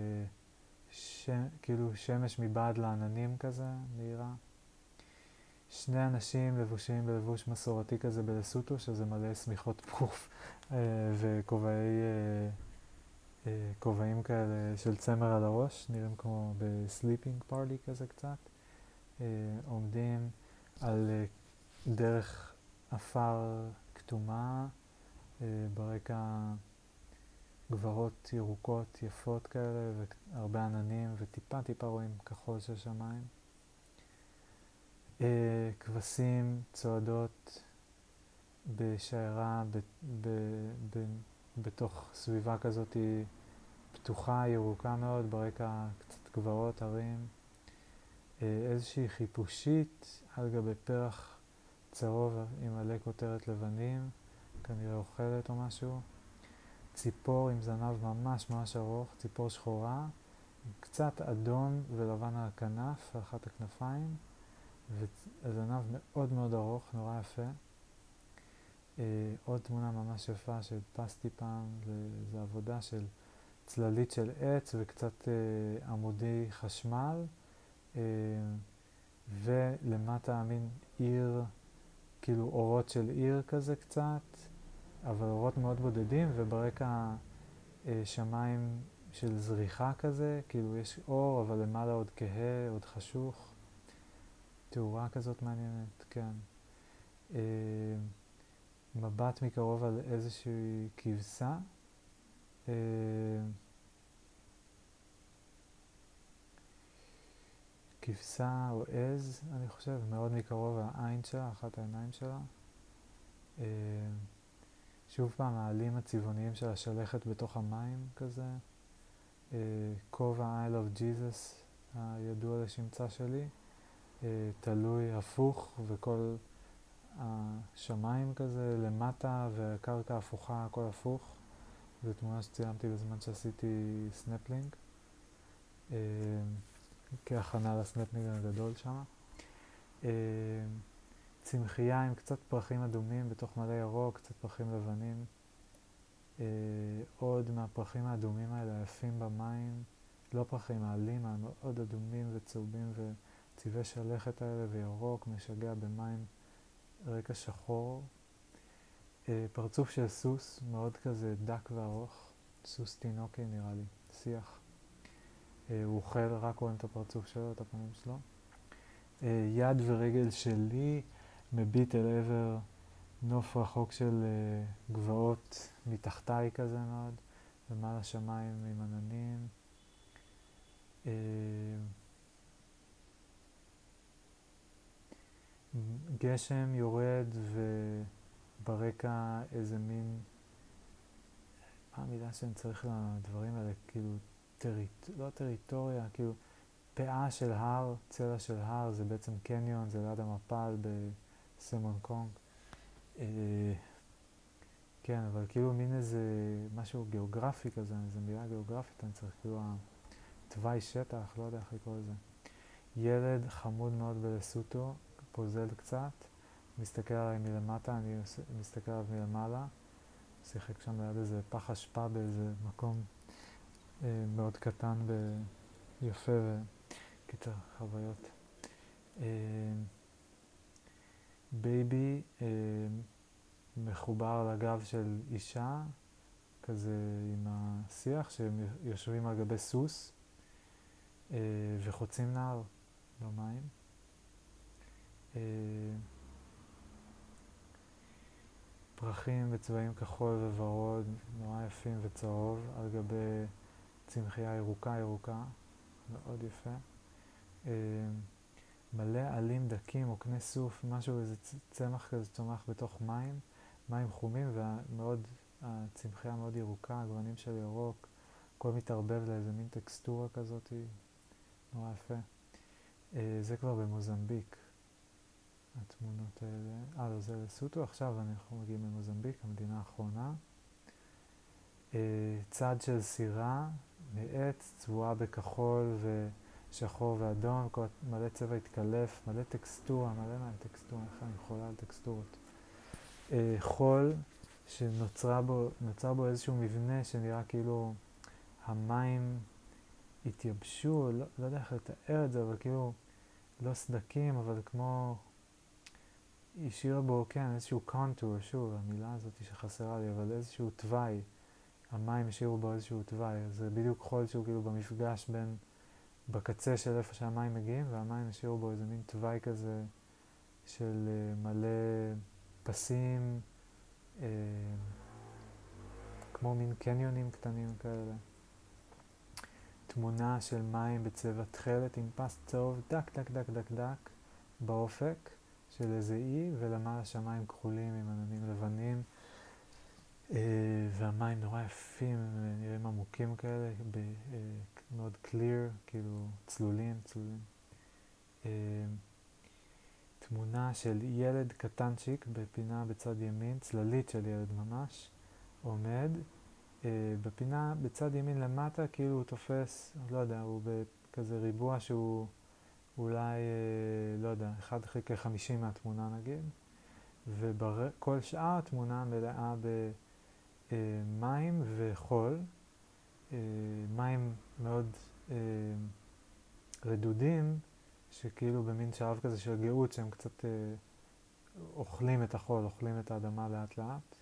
וכאילו שמש מבעד לעננים כזה, מהירה. שני אנשים לבושים בלבוש מסורתי כזה בלסוטו, שזה מלא שמיכות פוף וכובעים כאלה של צמר על הראש, נראים כמו בסליפינג פארטי כזה קצת. עומדים על דרך עפר כתומה, ברקע גבעות ירוקות יפות כאלה והרבה עננים וטיפה רואים כחול של שמיים. כבשים צועדות בשיירה בתוך סביבה כזאת פתוחה, ירוקה מאוד, ברקע קצת גבעות, הרים. איזושהי חיפושית על גבי פרח צהוב עם מלא כותרת לבנים, כנראה אוכלת או משהו. ציפור עם זנב ממש ארוך, ציפור שחורה, קצת אדום ולבן על הכנף, על אחת הכנפיים, וזנב מאוד ארוך, נורא יפה. עוד תמונה ממש יפה שהדפסתי פעם, זו עבודה של צללית של עץ וקצת עמודי חשמל, ולמטה מין עיר, כאילו אורות של עיר כזה קצת, אבל אורות מאוד בודדים, וברקע שמיים של זריחה כזה, כאילו יש אור, אבל למעלה עוד כהה, עוד חשוך. תאורה כזאת מעניינת, כן. מבט מקרוב על איזושהי כבשה. כבשה או עז, אני חושב, מאוד מקרוב העין שלה, אחת העיניים שלה. שוב פעם, העלים הצבעוניים של השלכת בתוך המים כזה. כובע I love Jesus, הידוע לשמצה שלי, תלוי הפוך, וכל השמיים כזה למטה והקרקע הפוכה, הכל הפוך. זו תמונה שצילמתי בזמן שעשיתי סנפלינג, כהכנה לסנפלינג הגדול שם. צמחייה עם קצת פרחים אדומים בתוך מלא ירוק, קצת פרחים לבנים. עוד מהפרחים האדומים האלה היפים במים, לא פרחים, העלים המאוד אדומים וצהובים וצבעי שלכת האלה וירוק, משגע במים, רקע שחור. פרצוף של סוס, מאוד כזה דק וארוך, סוס תינוקי נראה לי, שיח. הוא אוכל, רק רואים את הפרצוף שלו, את הפנים שלו. יד ורגל שלי מביט אל עבר נוף רחוק של גבעות מתחתיי כזה מאוד, ומעלה שמיים עם עננים. גשם יורד וברקע איזה מין, מה המילה שאני צריך לדברים האלה, כאילו לא טריטוריה, כאילו פאה של הר, צלע של הר, זה בעצם קניון, זה ליד המפל בסמון קונג. כן, אבל כאילו מין איזה משהו גיאוגרפי כזה, איזו מילה גיאוגרפית, אני צריך כאילו תוואי שטח, לא יודע איך לקרוא לזה. ילד חמוד מאוד בלסוטו, פוזל קצת, מסתכל עליי מלמטה, אני מסתכל עליו מלמעלה, שיחק שם ליד איזה פח אשפה באיזה מקום מאוד קטן ויפה וקיצר חוויות. בייבי מחובר על הגב של אישה, כזה עם השיח, שהם יושבים על גבי סוס וחוצים נהר במים. פרחים בצבעים כחול וורוד, נורא יפים וצהוב, על גבי צמחייה ירוקה, מאוד יפה. מלא עלים דקים או קנה סוף, משהו, איזה צמח כזה צומח בתוך מים חומים, ומאוד, הצמחייה מאוד ירוקה, הגוונים של ירוק, הכל מתערבב לאיזה מין טקסטורה כזאת, נורא יפה. זה כבר במוזמביק, התמונות האלה. לא, זה לסוטו, עכשיו אנחנו מגיעים למוזמביק, המדינה האחרונה. צד של סירה מעץ, צבועה בכחול ושחור ואדום, מלא צבע התקלף, מלא טקסטורה, איך אני חולה על טקסטורות. חול שנוצר בו איזשהו מבנה שנראה כאילו המים התייבשו, לא יודע איך לתאר את זה, אבל כאילו לא סדקים, אבל כמו השאירה בו, כן, איזשהו קונטור, שוב, המילה הזאת שחסרה לי, אבל איזשהו תוואי. המים השאירו בו איזשהו תוואי. זה בדיוק חול שהוא כאילו במפגש בין, בקצה של איפה שהמים מגיעים, והמים השאירו בו איזה מין תוואי כזה של מלא פסים, אה, כמו מין קניונים קטנים כאלה. תמונה של מים בצבע תכלת עם פס צהוב דק דק דק דק דק באופק של איזה אי, ולמעלה שמיים כחולים עם עננים לבנים, והמים נורא יפים, נראים עמוקים כאלה, מאוד clear, כאילו צלולים. תמונה של ילד קטנצ'יק בפינה בצד ימין, צללית של ילד ממש, עומד בפינה בצד ימין למטה, כאילו הוא תופס, לא יודע, הוא בכזה ריבוע שהוא אולי, לא יודע, 1/50 מהתמונה נגיד, וכל שאר התמונה מלאה במים וחול, מים מאוד רדודים, שכאילו במין שלב כזה של גאות, שהם קצת אוכלים את החול, אוכלים את האדמה לאט לאט.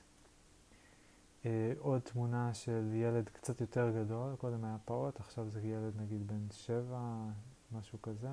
עוד תמונה של ילד קצת יותר גדול, קודם היה פעוט, עכשיו זה ילד נגיד בן 7, משהו כזה.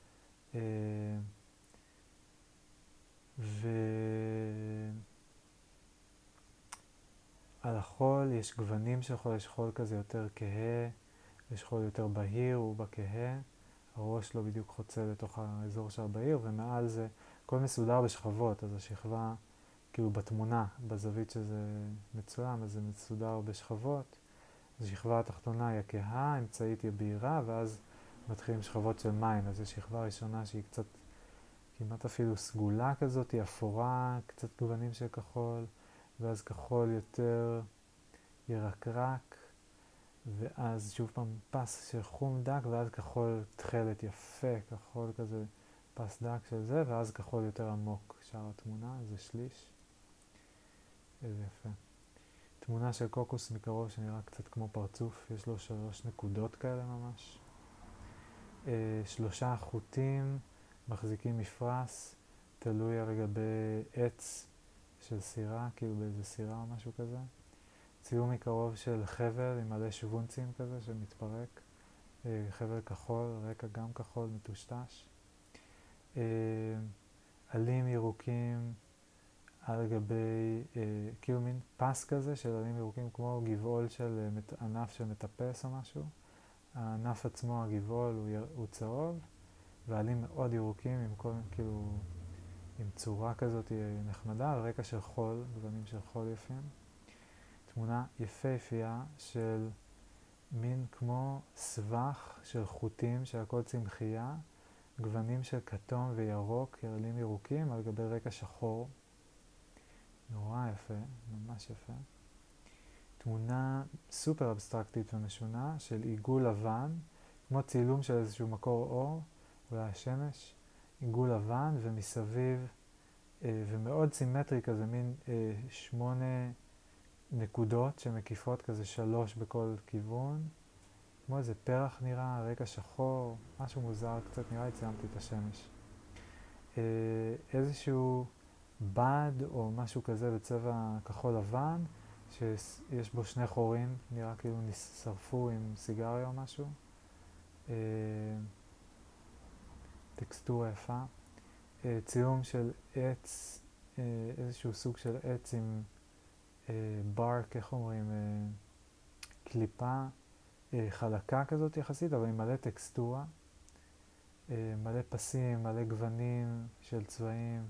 על החול יש גוונים של חול, יש חול כזה יותר כהה, יש חול יותר בהיר, הוא בכהה, הראש לא בדיוק חוצה לתוך האזור של הבהיר, ומעל זה הכל מסודר בשכבות, אז השכבה כאילו בתמונה, בזווית שזה מצולם, אז זה מסודר בשכבות. אז השכבה התחתונה היא הכהה, האמצעית היא בהירה, ואז מתחילים שכבות של מים. אז יש שכבה ראשונה שהיא קצת, כמעט אפילו סגולה כזאת, היא אפורה, קצת גוונים של כחול, ואז כחול יותר ירקרק, ואז שוב פעם פס של חום דק, ואז כחול תכלת יפה, כחול כזה פס דק של זה, ואז כחול יותר עמוק. שאר התמונה, זה שליש. איזה יפה. תמונה של קוקוס מקרוב שנראה קצת כמו פרצוף, יש לו 3 נקודות כאלה ממש. 3 חוטים מחזיקים מפרס, תלוי על גבי עץ של סירה, כאילו באיזה סירה או משהו כזה. ציור מקרוב של חבל עם מלא שוונצים כזה שמתפרק, חבל כחול, רקע גם כחול מטושטש. עלים ירוקים על גבי, כאילו מין פס כזה של עלים ירוקים, כמו גבעול של ענף של מטפס או משהו. הענף עצמו, הגבעול, הוא צהוב, ועלים מאוד ירוקים עם כל, כאילו, עם צורה כזאת נחמדה, על רקע של חול, גוונים של חול יפים. תמונה יפהפייה של מין כמו סבך של חוטים של הכל צמחייה, גוונים של כתום וירוק, עלים ירוקים על גבי רקע שחור. נורא יפה, ממש יפה. תמונה סופר אבסטרקטית ומשונה של עיגול לבן, כמו צילום של איזשהו מקור אור, אולי השמש, עיגול לבן ומסביב, ומאוד סימטרי כזה, מין 8 נקודות שמקיפות כזה 3 בכל כיוון, כמו איזה פרח נראה, רקע שחור, משהו מוזר קצת, נראה לי ציימתי את השמש. איזשהו בד או משהו כזה בצבע כחול לבן, שיש בו 2 חורים, נראה כאילו נשרפו עם סיגריה או משהו. טקסטורה יפה. צילום של עץ, איזשהו סוג של עץ עם ברק, איך אומרים, קליפה חלקה כזאת יחסית, אבל עם מלא טקסטורה, מלא פסים, מלא גוונים של צבעים,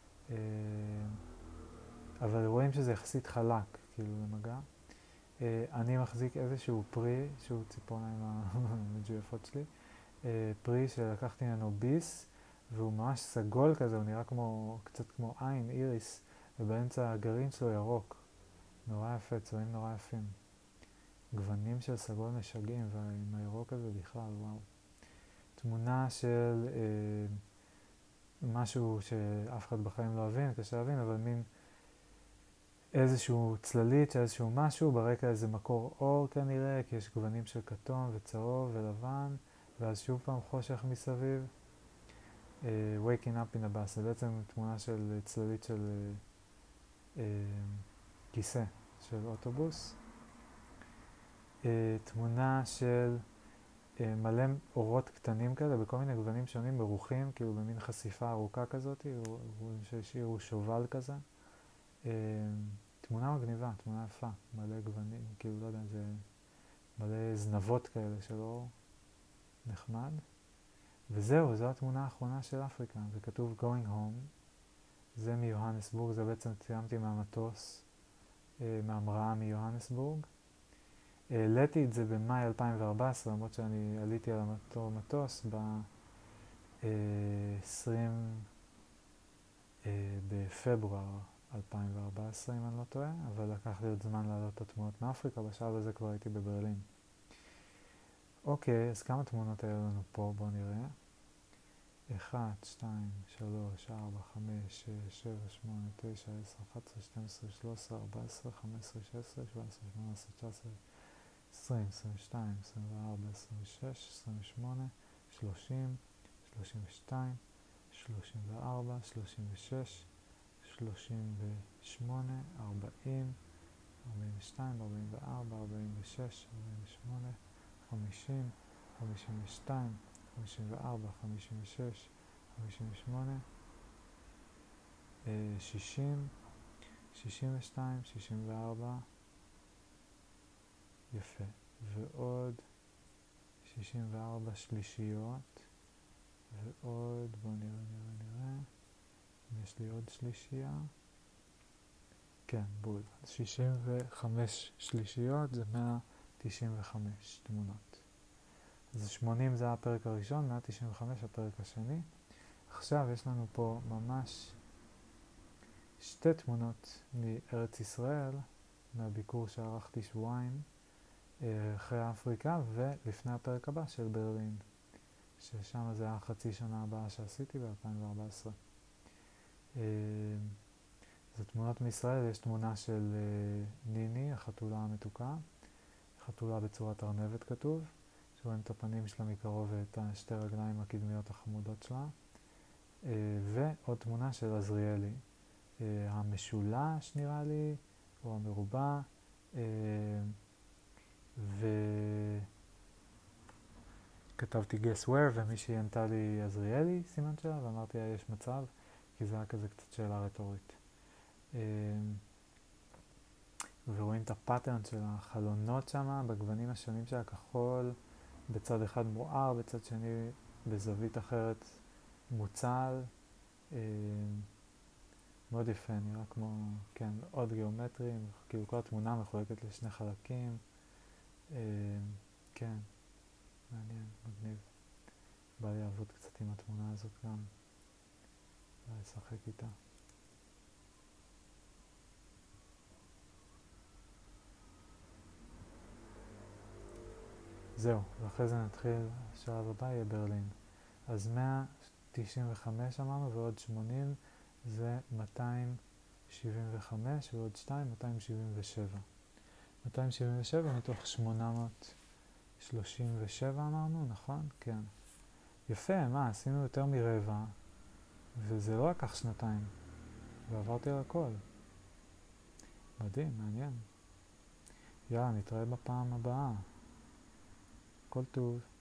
אבל רואים שזה יחסית חלק, כאילו למגע. אני מחזיק איזשהו פרי, שהוא ציפורניים המג'ויפות שלי, פרי שלקחתי ממנו ביס, והוא ממש סגול כזה, הוא נראה כמו, קצת כמו עין, איריס, ובאמצע הגרעין שלו ירוק. נורא יפה, צבעים נורא יפים. גוונים של סגול משגעים, ועם הירוק הזה בכלל, וואו. תמונה של משהו שאף אחד בחיים לא הבין, קשה להבין, אבל מין איזשהו צללית של איזשהו משהו, ברקע איזה מקור אור כנראה, כי יש גוונים של כתום וצהוב ולבן, ואז שוב פעם חושך מסביב. Waking up in a bus, זה בעצם תמונה של צללית של כיסא של אוטובוס. תמונה של מלא אורות קטנים כאלה בכל מיני גוונים שונים, מרוחים, כאילו במין חשיפה ארוכה כזאת, שהשאירו שובל כזה. תמונה מגניבה, תמונה יפה, מלא גוונים, כאילו לא יודע, זה מלא זנבות כאלה של אור, נחמד. וזהו, זו התמונה האחרונה של אפריקה, זה כתוב going home, זה מיוהנסבורג, זה בעצם ציימתי מהמטוס, מהמראה מיוהנסבורג. העליתי את זה במאי 2014, למרות שאני עליתי על אותו מטוס ב-20 בפברואר 2014, אם אני לא טועה, אבל לקח לי עוד זמן לעלות את התמונות מאפריקה, בשלב הזה כבר הייתי בברלין. אוקיי, אז כמה תמונות היו לנו פה? בואו נראה. 1, 2, 3, 4, 5, 6, 7, 8, 9, 10, 11, 12, 13, 14, 15, 16, 17, 18, 19, 20, 22, 24, 26, 28, 30, 32, 34, 36, 38, 40, 42, 44, 46, 48, 50, 52, 54, 56, 58, 60, 62, 64, יפה. ועוד 64 שלישיות, ועוד, בואו נראה, אם יש לי עוד שלישייה. כן, בול. 65 שלישיות זה 195 תמונות. אז 80 זה הפרק הראשון, 195 הפרק השני. עכשיו יש לנו פה ממש שתי תמונות מארץ ישראל, מהביקור שערכתי שבועיים אחרי אפריקה, ולפני הפרק הבא של ברלין, ששם זה היה חצי שנה הבאה שעשיתי ב-2014. זה תמונות מישראל, יש תמונה של ניני, החתולה המתוקה, חתולה בצורת ארנבת כתוב, שרואים את הפנים שלה מקרוב ואת שתי רגליים הקדמיות החמודות שלה, ועוד תמונה של עזריאלי, המשולש נראה לי, או המרובע, וכתבתי guess where, ומישהי ענתה לי עזריאלי, סימן שלה, ואמרתי לה יש מצב, כי זה היה כזה קצת שאלה רטורית. ורואים את הפאטרן של החלונות שם, בגוונים השונים של הכחול, בצד אחד מואר, בצד שני בזווית אחרת מוצל. מאוד יפה, נראה כמו, כן, עוד גיאומטרים, כאילו כל התמונה מחולקת לשני חלקים. כן, מעניין, מגניב. בא לי לעבוד קצת עם התמונה הזאת גם, ולשחק איתה. זהו, ואחרי זה נתחיל, השלב הבא יהיה ברלין. אז 195 אמרנו ועוד 80 זה 275 ועוד 2, 277. 277 מתוך 837 אמרנו, נכון? כן. יפה, מה, עשינו יותר מרבע, וזה לא לקח שנתיים, ועברתי על הכל. מדהים, מעניין. יאללה, נתראה בפעם הבאה. כל טוב.